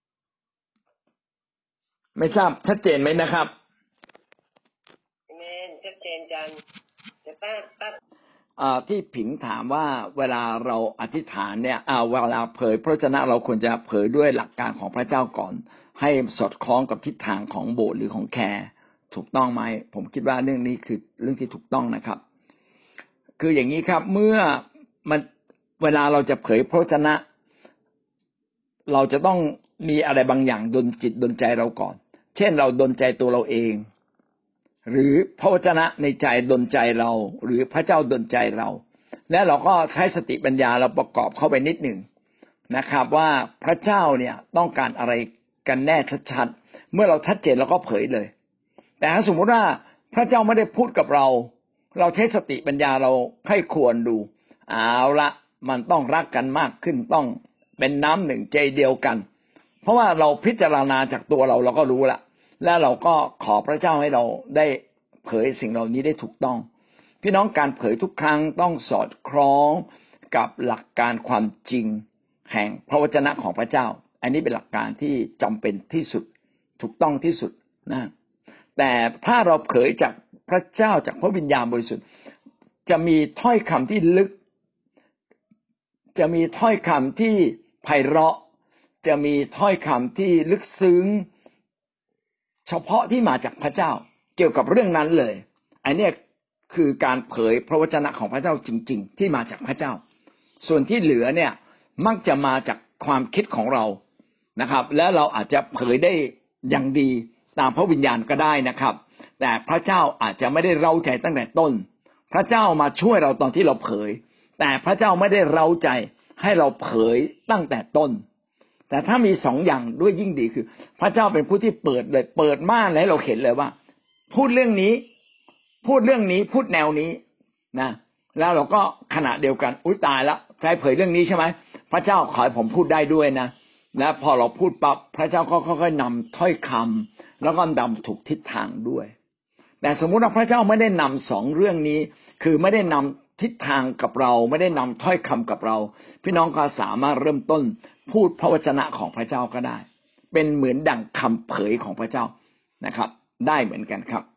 ไม่ทราบชัดเจนไหมนะครับเมนชัดเจนจังแต่ป้าป้าที่ผิงถามว่าเวลาเราอธิษฐานเนี่ยเวลาเผยพระวจนะเราควรจะเผยด้วยหลักการของพระเจ้าก่อนให้สอดคล้องกับทิศทางของโบสถ์หรือของแคร์ถูกต้องไหมผมคิดว่าเรื่องนี้คือเรื่องที่ถูกต้องนะครับคืออย่างนี้ครับเมื่อมันเวลาเราจะเผยพระวจนะเราจะต้องมีอะไรบางอย่างดลจิตดลใจเราก่อนเช่นเราดลใจตัวเราเองหรือพระวจนะในใจดลใจเราหรือพระเจ้าดลใจเราและเราก็ใช้สติปัญญาเราประกอบเข้าไปนิดหนึ่งนะครับว่าพระเจ้าเนี่ยต้องการอะไรกันแน่ชัดๆเมื่อเราชัดเจนเราก็เผยเลยแต่ถ้าสมมติว่าพระเจ้าไม่ได้พูดกับเราเราใช้สติปัญญาเราใคร่ครวญดูเอาละมันต้องรักกันมากขึ้นต้องเป็นน้ำหนึ่งใจเดียวกันเพราะว่าเราพิจารณาจากตัวเราเราก็รู้ละและเราก็ขอพระเจ้าให้เราได้เผยสิ่งเหล่านี้ได้ถูกต้องพี่น้องการเผยทุกครั้งต้องสอดคล้องกับหลักการความจริงแห่งพระวจนะของพระเจ้าอันนี้เป็นหลักการที่จำเป็นที่สุดถูกต้องที่สุดนะแต่ถ้าเราเผยจากพระเจ้าจากพระวิญญาณบริสุทธิ์จะมีถ้อยคำที่ลึกจะมีถ้อยคำที่ไพเราะจะมีถ้อยคำที่ลึกซึ้งเฉพาะที่มาจากพระเจ้าเกี่ยวกับเรื่องนั้นเลยอันนี้คือการเผยพระวจนะของพระเจ้าจริงๆที่มาจากพระเจ้าส่วนที่เหลือเนี่ยมักจะมาจากความคิดของเรานะครับและเราอาจจะเผยได้อย่างดีตามพระวิญญาณก็ได้นะครับแต่พระเจ้าอาจจะไม่ได้เร้าใจตั้งแต่ต้นพระเจ้ามาช่วยเราตอนที่เราเผยแต่พระเจ้าไม่ได้เร้าใจให้เราเผยตั้งแต่ต้นแต่ถ้ามีสองอย่างด้วยยิ่งดีคือพระเจ้าเป็นผู้ที่เปิดเลยเปิดม่านให้เราเห็นเลยว่าพูดเรื่องนี้พูดเรื่องนี้พูดแนวนี้นะแล้วเราก็ขณะเดียวกันอุ๊ยตายแล้วใครเผยเรื่องนี้ใช่ไหมพระเจ้าขอให้ผมพูดได้ด้วยนะและพอเราพูดปั๊บพระเจ้าก็ค่อยๆนำถ้อยคำแล้วก็นำถูกทิศทางด้วยแต่สมมุติว่าพระเจ้าไม่ได้นำสองเรื่องนี้คือไม่ได้นำทิศทางกับเราไม่ได้นำถ้อยคำกับเราพี่น้องก็สามารถเริ่มต้นพูดพระวจนะของพระเจ้าก็ได้เป็นเหมือนดั่งคำเผยของพระเจ้านะครับได้เหมือนกันครับ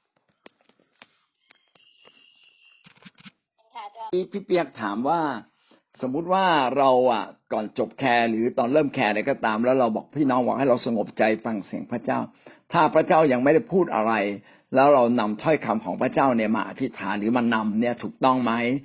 พี่เปียกถามว่าสมมุติว่าเราอ่ะก่อนจบแคร์หรือตอนเริ่มแคร์อะไรก็ตามแล้วเราบอกพี่น้องบอกให้เราสงบใจฟังเสียงพระเจ้าถ้าพระเจ้ายังไม่ได้พูดอะไรแล้วเรานำถ้อยคำของพระเจ้าเนี่ยมาอธิษฐานหรือมานำเนี่ยถูกต้องไหม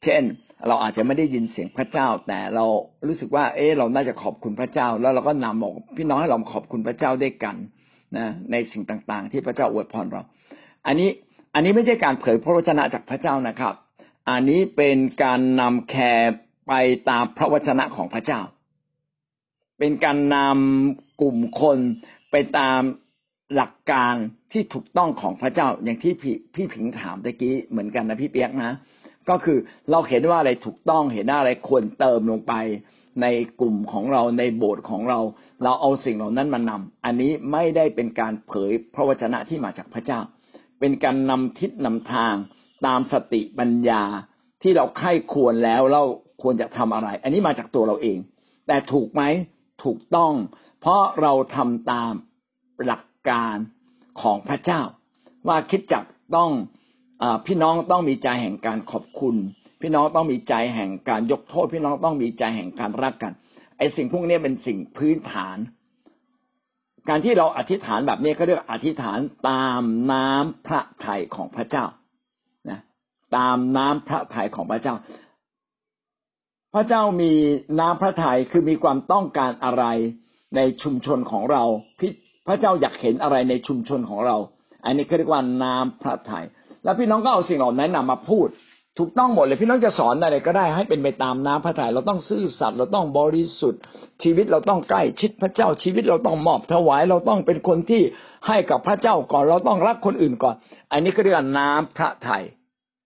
เช่นเราอาจจะไม่ได้ยินเสียงพระเจ้าแต่เรารู้สึกว่าเออเราน่าจะขอบคุณพระเจ้าแล้วเราก็นำบอกพี่น้องให้เราขอบคุณพระเจ้าด้วยกันนะในสิ่งต่างๆที่พระเจ้าอวยพรเราอันนี้อันนี้ไม่ใช่การเผยพระวจนะจากพระเจ้านะครับอันนี้เป็นการนำแคร์ไปตามพระวจนะของพระเจ้าเป็นการนำกลุ่มคนไปตามหลักการที่ถูกต้องของพระเจ้าอย่างที่พี่พี่ผิงถามตะกี้เหมือนกันนะพี่เปียกนะก็คือเราเห็นว่าอะไรถูกต้องเห็นว่าอะไรควรเติมลงไปในกลุ่มของเราในโบสถ์ของเราเราเอาสิ่งเหล่านั้นมานำอันนี้ไม่ได้เป็นการเผยพระวจนะที่มาจากพระเจ้าเป็นการนำทิศนำทางตามสติปัญญาที่เราใคร่ควรแล้วเราควรจะทำอะไรอันนี้มาจากตัวเราเองแต่ถูกไหมถูกต้องเพราะเราทำตามหลักการของพระเจ้าว่าคริสตจักรต้องพี่น้องต้องมีใจแห่งการขอบคุณพี่น้องต้องมีใจแห่งการยกโทษพี่น้องต้องมีใจแห่งการรักกันไอ้สิ่งพวกนี้เป็นสิ่งพื้นฐานการที่เราอธิษฐานแบบนี้ก็เรียกอธิษฐานตามน้ำพระทัยของพระเจ้านะตามน้ำพระทัยของพระเจ้าพระเจ้ามีน้ำพระทัยคือมีความต้องการอะไรในชุมชนของเราพระเจ้าอยากเห็นอะไรในชุมชนของเราอันนี้เขาเรียกว่าน้ำพระทัยแล้วพี่น้องก็เอาสิ่งเหล่านั้นนำมาพูดถูกต้องหมดเลยพี่น้องจะสอนอะไรก็ได้ให้เป็นไปตามน้ำพระทัยเราต้องซื่อสัตย์เราต้องบริสุทธิ์ชีวิตเราต้องใกล้ชิดพระเจ้าชีวิตเราต้องมอบถวายเราต้องเป็นคนที่ให้กับพระเจ้าก่อนเราต้องรักคนอื่นก่อนอันนี้ก็เรียกว่าน้ำพระทัย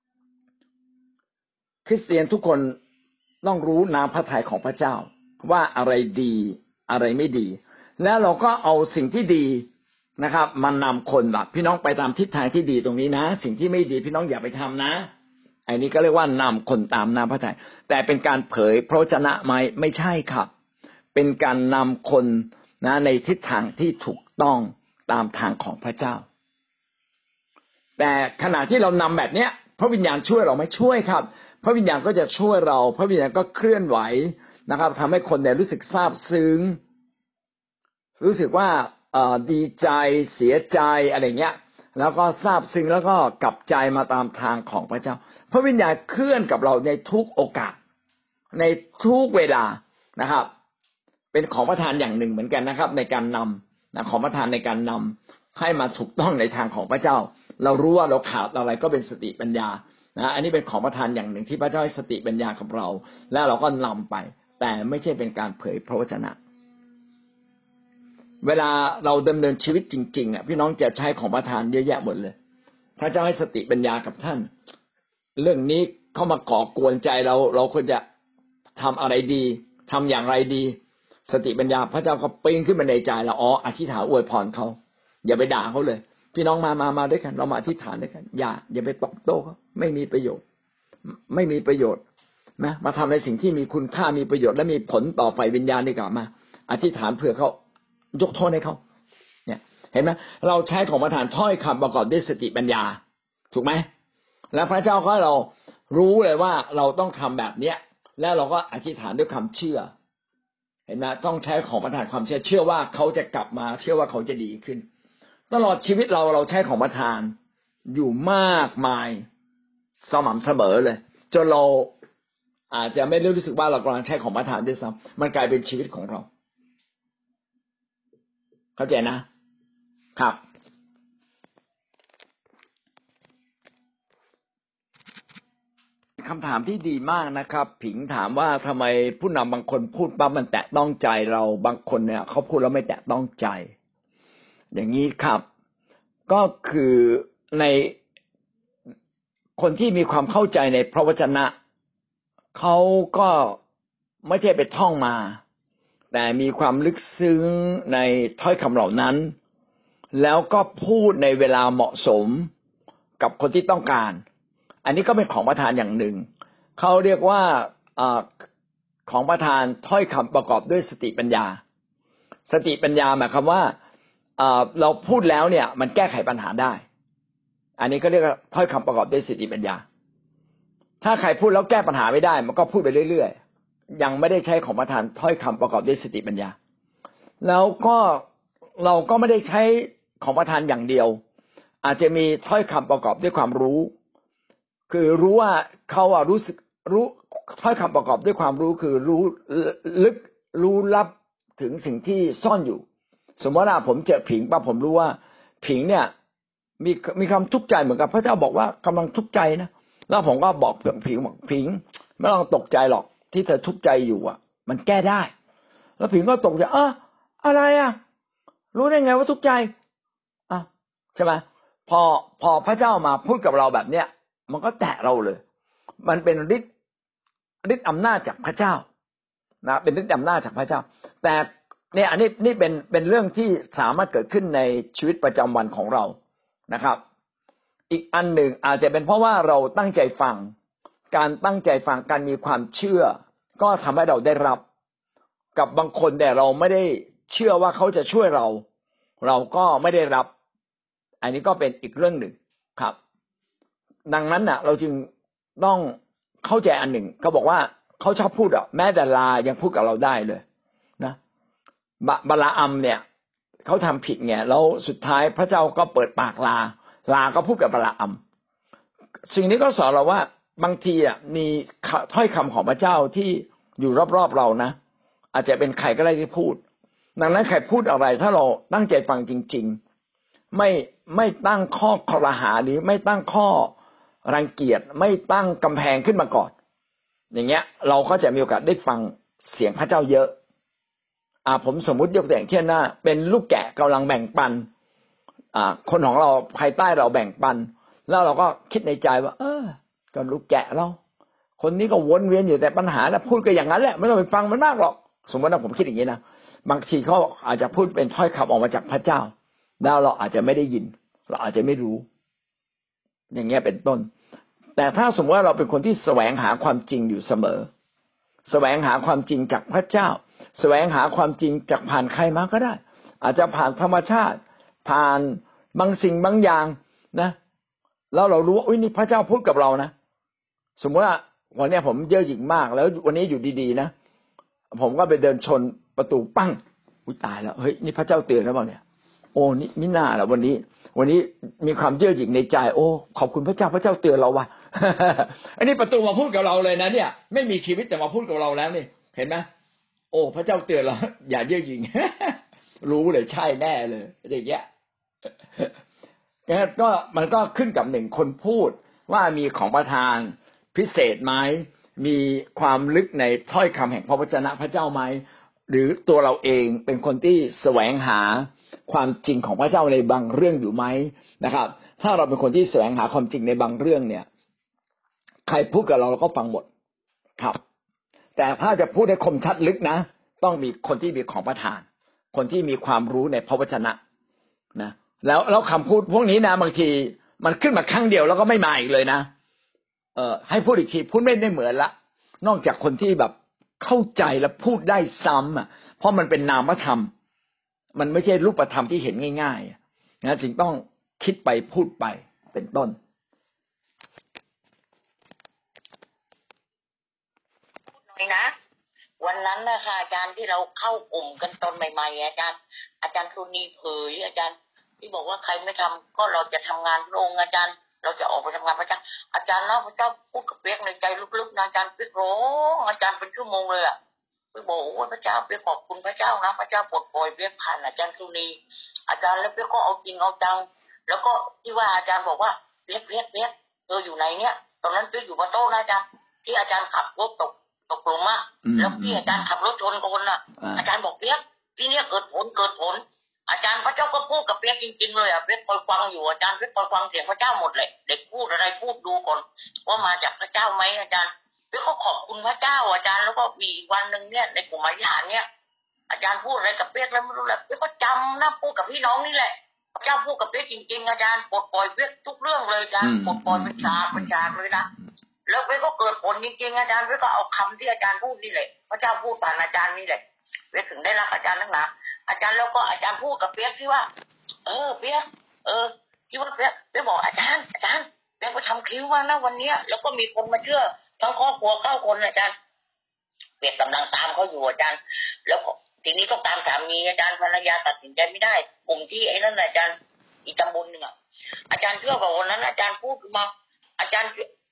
คริสเตียนทุกคนต้องรู้น้ำพระทัยของพระเจ้าว่าอะไรดีอะไรไม่ดีแล้วเราก็เอาสิ่งที่ดีนะครับมานำคนแบบพี่น้องไปตามทิศทางที่ดีตรงนี้นะสิ่งที่ไม่ดีพี่น้องอย่าไปทำนะอันนี้ก็เรียกว่านำคนตามน้ำพระทัยแต่เป็นการเผยพระวจนะไหมไม่ใช่ครับเป็นการนำคนนะในทิศทางที่ถูกต้องตามทางของพระเจ้าแต่ขณะที่เรานำแบบเนี้ยพระวิญญาณช่วยเราไหมช่วยครับพระวิญญาณก็จะช่วยเราพระวิญญาณก็เคลื่อนไหวนะครับทำให้คนเนี่ยรู้สึกซาบซึ้งรู้สึกว่าดีใจเสียใจอะไรเงี้ยแล้วก็ซาบซึ้งแล้วก็กลับใจมาตามทางของพระเจ้าพระวิญญาณเคลื่อนกับเราในทุกโอกาสในทุกเวลานะครับเป็นของประทานอย่างหนึ่งเหมือนกันนะครับในการนำนะของประทานในการนำให้มาถูกต้องในทางของพระเจ้าเรารู้ว่าเราขาดอะไรก็เป็นสติปัญญานะอันนี้เป็นของประทานอย่างหนึ่งที่พระเจ้าให้สติปัญญากับเราแล้วเราก็นำไปแต่ไม่ใช่เป็นการเผยพระวจนะเวลาเราดำเนินชีวิตจริงๆอ่ะพี่น้องจะใช้ของประทานเยอะแยะหมดเลยพระเจ้าให้สติปัญญากับท่านเรื่องนี้เข้ามาก่อกวนใจเราเราควรจะทำอะไรดีทำอย่างไรดีสติปัญญาพระเจ้าก็ปิ้งขึ้นมาในใจเราอ๋ออธิษฐานอวยพรเขาอย่าไปด่าเขาเลยพี่น้องมามามาด้วยกันเรามาอธิษฐานด้วยกันอย่าอย่าไปตอบโต้เขาไม่มีประโยชน์ไม่มีประโยชน์นะมาทำในสิ่งที่มีคุณค่ามีประโยชน์และมีผลต่อไฟวิญญาณดีกว่ามาอธิษฐานเผื่อเขายกโทษให้เขาเนี่ยเห็นไหมเราใช้ของประทานถ้อยคำประกอบด้วยสติปัญญาถูกไหมแล้วพระเจ้าก็เรารู้เลยว่าเราต้องทำแบบเนี้ยแล้วเราก็อธิษฐานด้วยความเชื่อเห็นไหมต้องใช้ของประทานความเชื่อเชื่อว่าเขาจะกลับมาเชื่อว่าเขาจะดีขึ้นตลอดชีวิตเราเราใช้ของประทานอยู่มากมายสม่ำเสมอเลยจนเราอาจจะไม่ได้รู้สึกว่าเรากำลังใช้ของประทานด้วยซ้ำมันกลายเป็นชีวิตของเราเข้าใจนะครับคำถามที่ดีมากนะครับผิงถามว่าทำไมผู้นำบางคนพูดปั๊บมันแตะต้องใจเราบางคนเนี่ยเขาพูดแล้วไม่แตะต้องใจอย่างนี้ครับก็คือในคนที่มีความเข้าใจในพระวจนะเขาก็ไม่ใช่ไปท่องมาแต่มีความลึกซึ้งในถ้อยคำเหล่านั้นแล้วก็พูดในเวลาเหมาะสมกับคนที่ต้องการอันนี้ก็เป็นของประทานอย่างหนึ่งเขาเรียกว่าของประทานถ้อยคำประกอบด้วยสติปัญญาสติปัญญาหมายความว่าเราพูดแล้วเนี่ยมันแก้ไขปัญหาได้อันนี้ก็เรียกว่าถ้อยคำประกอบด้วยสติปัญญาถ้าใครพูดแล้วแก้ปัญหาไม่ได้มันก็พูดไปเรื่อยๆยังไม่ได้ใช้ของประทานถ้อยคำประกอบด้วยสติปัญญาแล้วก็เราก็ไม่ได้ใช้ของประทานอย่างเดียวอาจจะมีถ้อยคำประกอบด้วยความรู้คือรู้ว่าเขาอะรู้สึกรู้ถ้อยคำประกอบด้วยความรู้คือรู้ลึกรู้ลับถึงสิ่งที่ซ่อนอยู่สมมติว่าผมเจอผิงป่ะผมรู้ว่าผิงเนี่ยมีมีความทุกข์ใจเหมือนกับพระเจ้าบอกว่ากำลังทุกข์ใจนะแล้วผมก็บอกเพื่อนผิงบอกผิงไม่ต้องตกใจหรอกที่เธอทุกข์ใจอยู่อ่ะมันแก้ได้แล้วผิงก็ตกใจอ่ะอะไรอ่ะรู้ได้ไงว่าทุกข์ใจอ่ะใช่ไหมพอพอพระเจ้ามาพูดกับเราแบบเนี้ยมันก็แตะเราเลยมันเป็นฤทธิ์ฤทธิ์อำนาจจากพระเจ้านะเป็นฤทธิ์อำนาจจากพระเจ้าแต่เนี่ยอันนี้นี่เป็นเป็นเรื่องที่สามารถเกิดขึ้นในชีวิตประจำวันของเรานะครับอีกอันหนึ่งอาจจะเป็นเพราะว่าเราตั้งใจฟังการตั้งใจฟังการมีความเชื่อก็ทำให้เราได้รับกับบางคนแต่เราไม่ได้เชื่อว่าเขาจะช่วยเราเราก็ไม่ได้รับอันนี้ก็เป็นอีกเรื่องหนึ่งครับดังนั้นน่ะเราจึงต้องเข้าใจอันหนึ่งเขาบอกว่าเขาชอบพูดอ่ะแม้แต่ลายังพูดกับเราได้เลยนะบาลาอัมเนี่ยเขาทำผิดไงแล้วสุดท้ายพระเจ้าก็เปิดปากลาลาก็พูดกับบาลาอัมสิ่งนี้ก็สอนเราว่าบางทีอ่ะมีถ้อยคำของพระเจ้าที่อยู่รอบๆเรานะอาจจะเป็นใครก็ได้ที่พูดดังนั้นใครพูดอะไรถ้าเราตั้งใจฟังจริงๆไม่ไม่ตั้งข้อคอรหาหรือไม่ตั้งข้อรังเกียจไม่ตั้งกำแพงขึ้นมาก่อนอย่างเงี้ยเราก็จะมีโอกาสได้ฟังเสียงพระเจ้าเยอะอ่าผมสมมุติยกตัวอย่างเช่นว่าเป็นลูกแกะกำลังแบ่งปันอ่าคนของเราภายใต้เราแบ่งปันแล้วเราก็คิดในใจว่าเออก็ลูกแกะเราคนนี้ก็วนเวียนอยู่แต่ปัญหานะพูดก็อย่างนั้นแหละไม่ต้องไปฟังมันมากหรอกสมมติว่าผมคิดอย่างนี้นะบางทีเขาอาจจะพูดเป็นถ้อยคำออกมาจากพระเจ้าแล้วเราอาจจะไม่ได้ยินเราอาจจะไม่รู้อย่างเงี้ยเป็นต้นแต่ถ้าสมมติว่าเราเป็นคนที่แสวงหาความจริงอยู่เสมอแสวงหาความจริงจากพระเจ้าแสวงหาความจริงจากผ่านใครมาก็ได้อาจจะผ่านธรรมชาติผ่านบางสิ่งบางอย่างนะแล้วเรารู้ว่าอุ้ยนี่พระเจ้าพูดกับเรานะสมมติว่าวันนี้ผมเย่อหยิ่งมากแล้ววันนี้อยู่ดีๆนะผมก็ไปเดินชนประตูปั้งอุ้ยตายแล้วเฮ้ยนี่พระเจ้าเตือนแล้วเปล่าเนี่ยโอ้นี่มิน่าแหละวันนี้วันนี้มีความเย่อหยิ่งในใจโอ้ขอบคุณพระเจ้าพระเจ้าเตือนเราว่ะ อันนี้ประตูมาพูดกับเราเลยนะเนี่ยไม่มีชีวิตแต่มาพูดกับเราแล้วนี่เห็นไหมโอ้พระเจ้าเตือนเราอย่าเย่อหยิ่ง รู้เลยใช่แน่เลยอย่างเงี้ยก็มันก็ขึ้นกับหนึ่งคนพูดว่ามีของประทานพิเศษไหมมีความลึกในถ้อยคำแห่งพระวจนะพระเจ้าไหมหรือตัวเราเองเป็นคนที่แสวงหาความจริงของพระเจ้าในบางเรื่องอยู่ไหมนะครับถ้าเราเป็นคนที่แสวงหาความจริงในบางเรื่องเนี่ยใครพูดกับเราเราก็ฟังหมดครับแต่ถ้าจะพูดให้คมชัดลึกนะต้องมีคนที่มีของประทานคนที่มีความรู้ในพระวจนะนะแล้วแล้วคำพูดพวกนี้นะบางทีมันขึ้นมาครั้งเดียวแล้วก็ไม่มาอีกเลยนะเอ่อให้พูดอีกทีพูดไม่ได้เหมือนละนอกจากคนที่แบบเข้าใจและพูดได้ซ้ำอ่ะเพราะมันเป็นนามธรรมมันไม่ใช่รูปธรรมที่เห็นง่ายๆนะจึงต้องคิดไปพูดไปเป็นต้นนี่นะวันนั้นนะคะอาจารย์ที่เราเข้ากลุ่มกันตอนใหม่ๆอาจารย์อาจารย์ทุนีเผยอาจารย์ที่บอกว่าใครไม่ทำก็เราจะทำงานพระองค์อาจารย์เราจะออกไปทำงานพระเจ้าอาจารย์นะพระเจ้าพูดกับเปียกในใจลึกๆนะอาจารย์เปียกร้องอาจารย์เป็นชั่วโมงเลยอ่ะเปียกบอกว่าพระเจ้าเปียกขอบคุณพระเจ้านะพระเจ้าปลดปล่อยเปียกผ่านอาจารย์ทุนีอาจารย์แล้วเปียกก็เอาจริงเอาจังแล้วก็ที่ว่าอาจารย์บอกว่าเปียกเปียกเปียกเธออยู่ไหนเนี่ยตอนนั้นเปียกอยู่บนโต๊ะนะอาจารย์ที่อาจารย์ขับรถตกตกหลุมอ่ะแล้วที่อาจารย์ขับรถชนคนอ่ะอาจารย์บอกเปียกที่เนี่ยเกิดผลเกิดผลอาจารย์พระเจ้าก็พูดกับเปียกจริงๆเลยอ่ะเปียกคอยฟังอยู่อาจารย์เปียกคอยฟังเสียงพระเจ้าหมดเลยเด็กพูดอะไรพูดดูก่อนว่ามาจากพระเจ้าไหมอาจารย์เปียกก็ขอบคุณพระเจ้าอาจารย์แล้วก็มีวันหนึ่งเนี่ยในกลุ่มอธิษฐานเนี่ยอาจารย์พูดอะไรกับเปียกแล้วไม่รู้แหละเปียกก็จำนะพูดกับพี่น้องนี่แหละพระเจ้าพูดกับเปียกจริงๆอาจารย์ปลดปล่อยเปียกทุกเรื่องเลยอาจารย์ปลดปล่อยเป็นฉากเป็นฉากเลยนะแล้วเปียกก็เกิดผลจริงๆอาจารย์เปียกก็เอาคำที่อาจารย์พูดนี่แหละพระเจ้าพูดผ่านอาจารย์นี่แหละเปียกถึงได้รักอาจารย์นักหนาอาจารย์แล้วก็อาจารย์พูดกับเปียกที่ว่าเออเปียกเออที่ว่าเปียกเปียกบอกอาจารย์อาจารย์เปียกไปทำคิ้วมานะวันเนี้ยแล้วก็มีคนมาเชื่อทั้งครอบครัวเก้าคนอาจารย์เปียกกำลังตามเขาอยู่อาจารย์แล้วทีนี้ต้องตามสามีอาจารย์ภรรยาตัดสินใจไม่ได้กลุ่มที่ไอ้นั่นอาจารย์อีกตำบลหนึ่งอ่ะอาจารย์เชื่อว่าวันนั้นอาจารย์พูดมาอาจารย์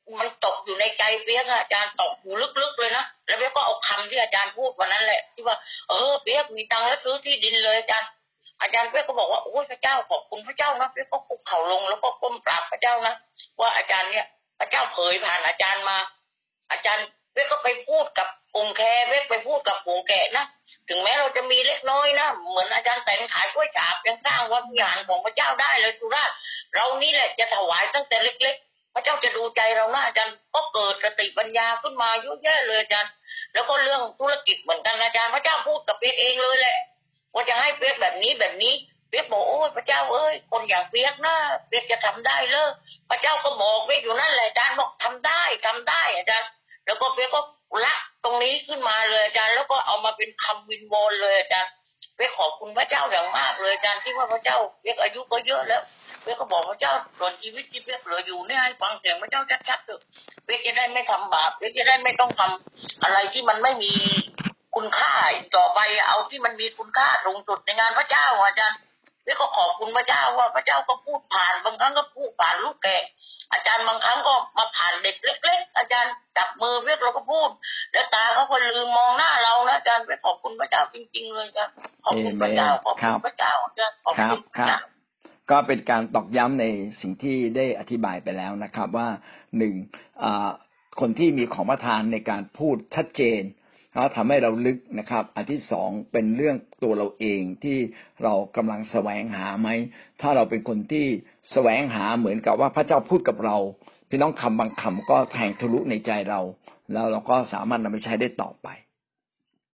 มันตกอยู่ในใจเปียกอาจารย์ตกอยู่ลึกๆเลยนะแล้วเปียกก็เอาคำที่อาจารย์พูดวันนั้นแหละที่ว่าเออเปียกมีตังค์แล้วซื้อที่ดินเลยอาจารย์อาจารย์เปียกก็บอกว่าโอ้ยพระเจ้าขอบคุณพระเจ้านะเปียกก็คุกเข่าลงแล้วก็ก้มกราบพระเจ้านะว่าอาจารย์เนี่ยพระเจ้าเผยผ่านอาจารย์มาอาจารย์เปียกก็ไปพูดกับกลุ่มแคร์เปียกไปพูดกับกลุ่มแกะนะถึงแม้เราจะมีเล็กน้อยนะเหมือนอาจารย์แต่งขายกล้วยฉาบยังสร้างวัดวิหารของพระเจ้าได้เลยสุราษฎร์เรานี่แหละจะถวายตั้งแต่เล็กๆพระเจ้าจะดูใจเรานะอาจารย์ก็เกิดสติปัญญาขึ้นมาเยอะแยะเลยอาจารย์แล้วก็เรื่องธุรกิจเหมือนกันอาจารย์พระเจ้าพูดกับเปียกเองเลยแหละว่าจะให้เปียกแบบนี้แบบนี้เปียกบอกโอ้ยพระเจ้าเอ้ยคนอย่างเปียกนะเปียกจะทำได้เลยพระเจ้าก็บอกเปียกอยู่นั่นแหละอาจารย์บอกทำได้ทำได้อาจารย์แล้วก็เปียกก็ละตรงนี้ขึ้นมาเลยอาจารย์แล้วก็เอามาเป็นคำวินโวลเลยอาจารย์เปียกขอบคุณพระเจ้าอย่างมากเลยอาจารย์ที่ว่าพระเจ้าเปียกอายุก็เยอะแล้วเปียกก็บอกพระเจ้าส่วนชีวิตที่เปียกเหลืออยู่เนี่ยให้ฟังเสียงพระเจ้าชัดๆเถอะเปียกจะได้ไม่ทำบาปเปียกจะได้ไม่ต้องทำอะไรที่มันไม่มีคุณค่าอีกต่อไปเอาที่มันมีคุณค่าสูงสุดในงานพระเจ้าอาจารย์เปียกก็ขอบคุณพระเจ้าว่าพระเจ้าก็พูดผ่านบางครั้งก็พูดผ่านลูกแกะอาจารย์บางครั้งก็มาผ่านเด็กเล็กๆอาจารย์จับมือเปียกเราก็พูดแล้วตาเขาก็ลืมมองหน้าเรานะอาจารย์เปียกขอบคุณพระเจ้าจริงๆเลยจ้ะขอบคุณพระเจ้าขอบคุณพระเจ้าจ้ะขอบคุณพระเจ้าก็เป็นการตอกย้ำในสิ่งที่ได้อธิบายไปแล้วนะครับว่าหนึ่งคนที่มีของประทานในการพูดชัดเจนแล้วทำให้เราลึกนะครับอันที่สองเป็นเรื่องตัวเราเองที่เรากำลังแสวงหาไหมถ้าเราเป็นคนที่แสวงหาเหมือนกับว่าพระเจ้าพูดกับเราพี่น้องคำบางคำก็แทงทะลุในใจเราแล้วเราก็สามารถนำไปใช้ได้ต่อไป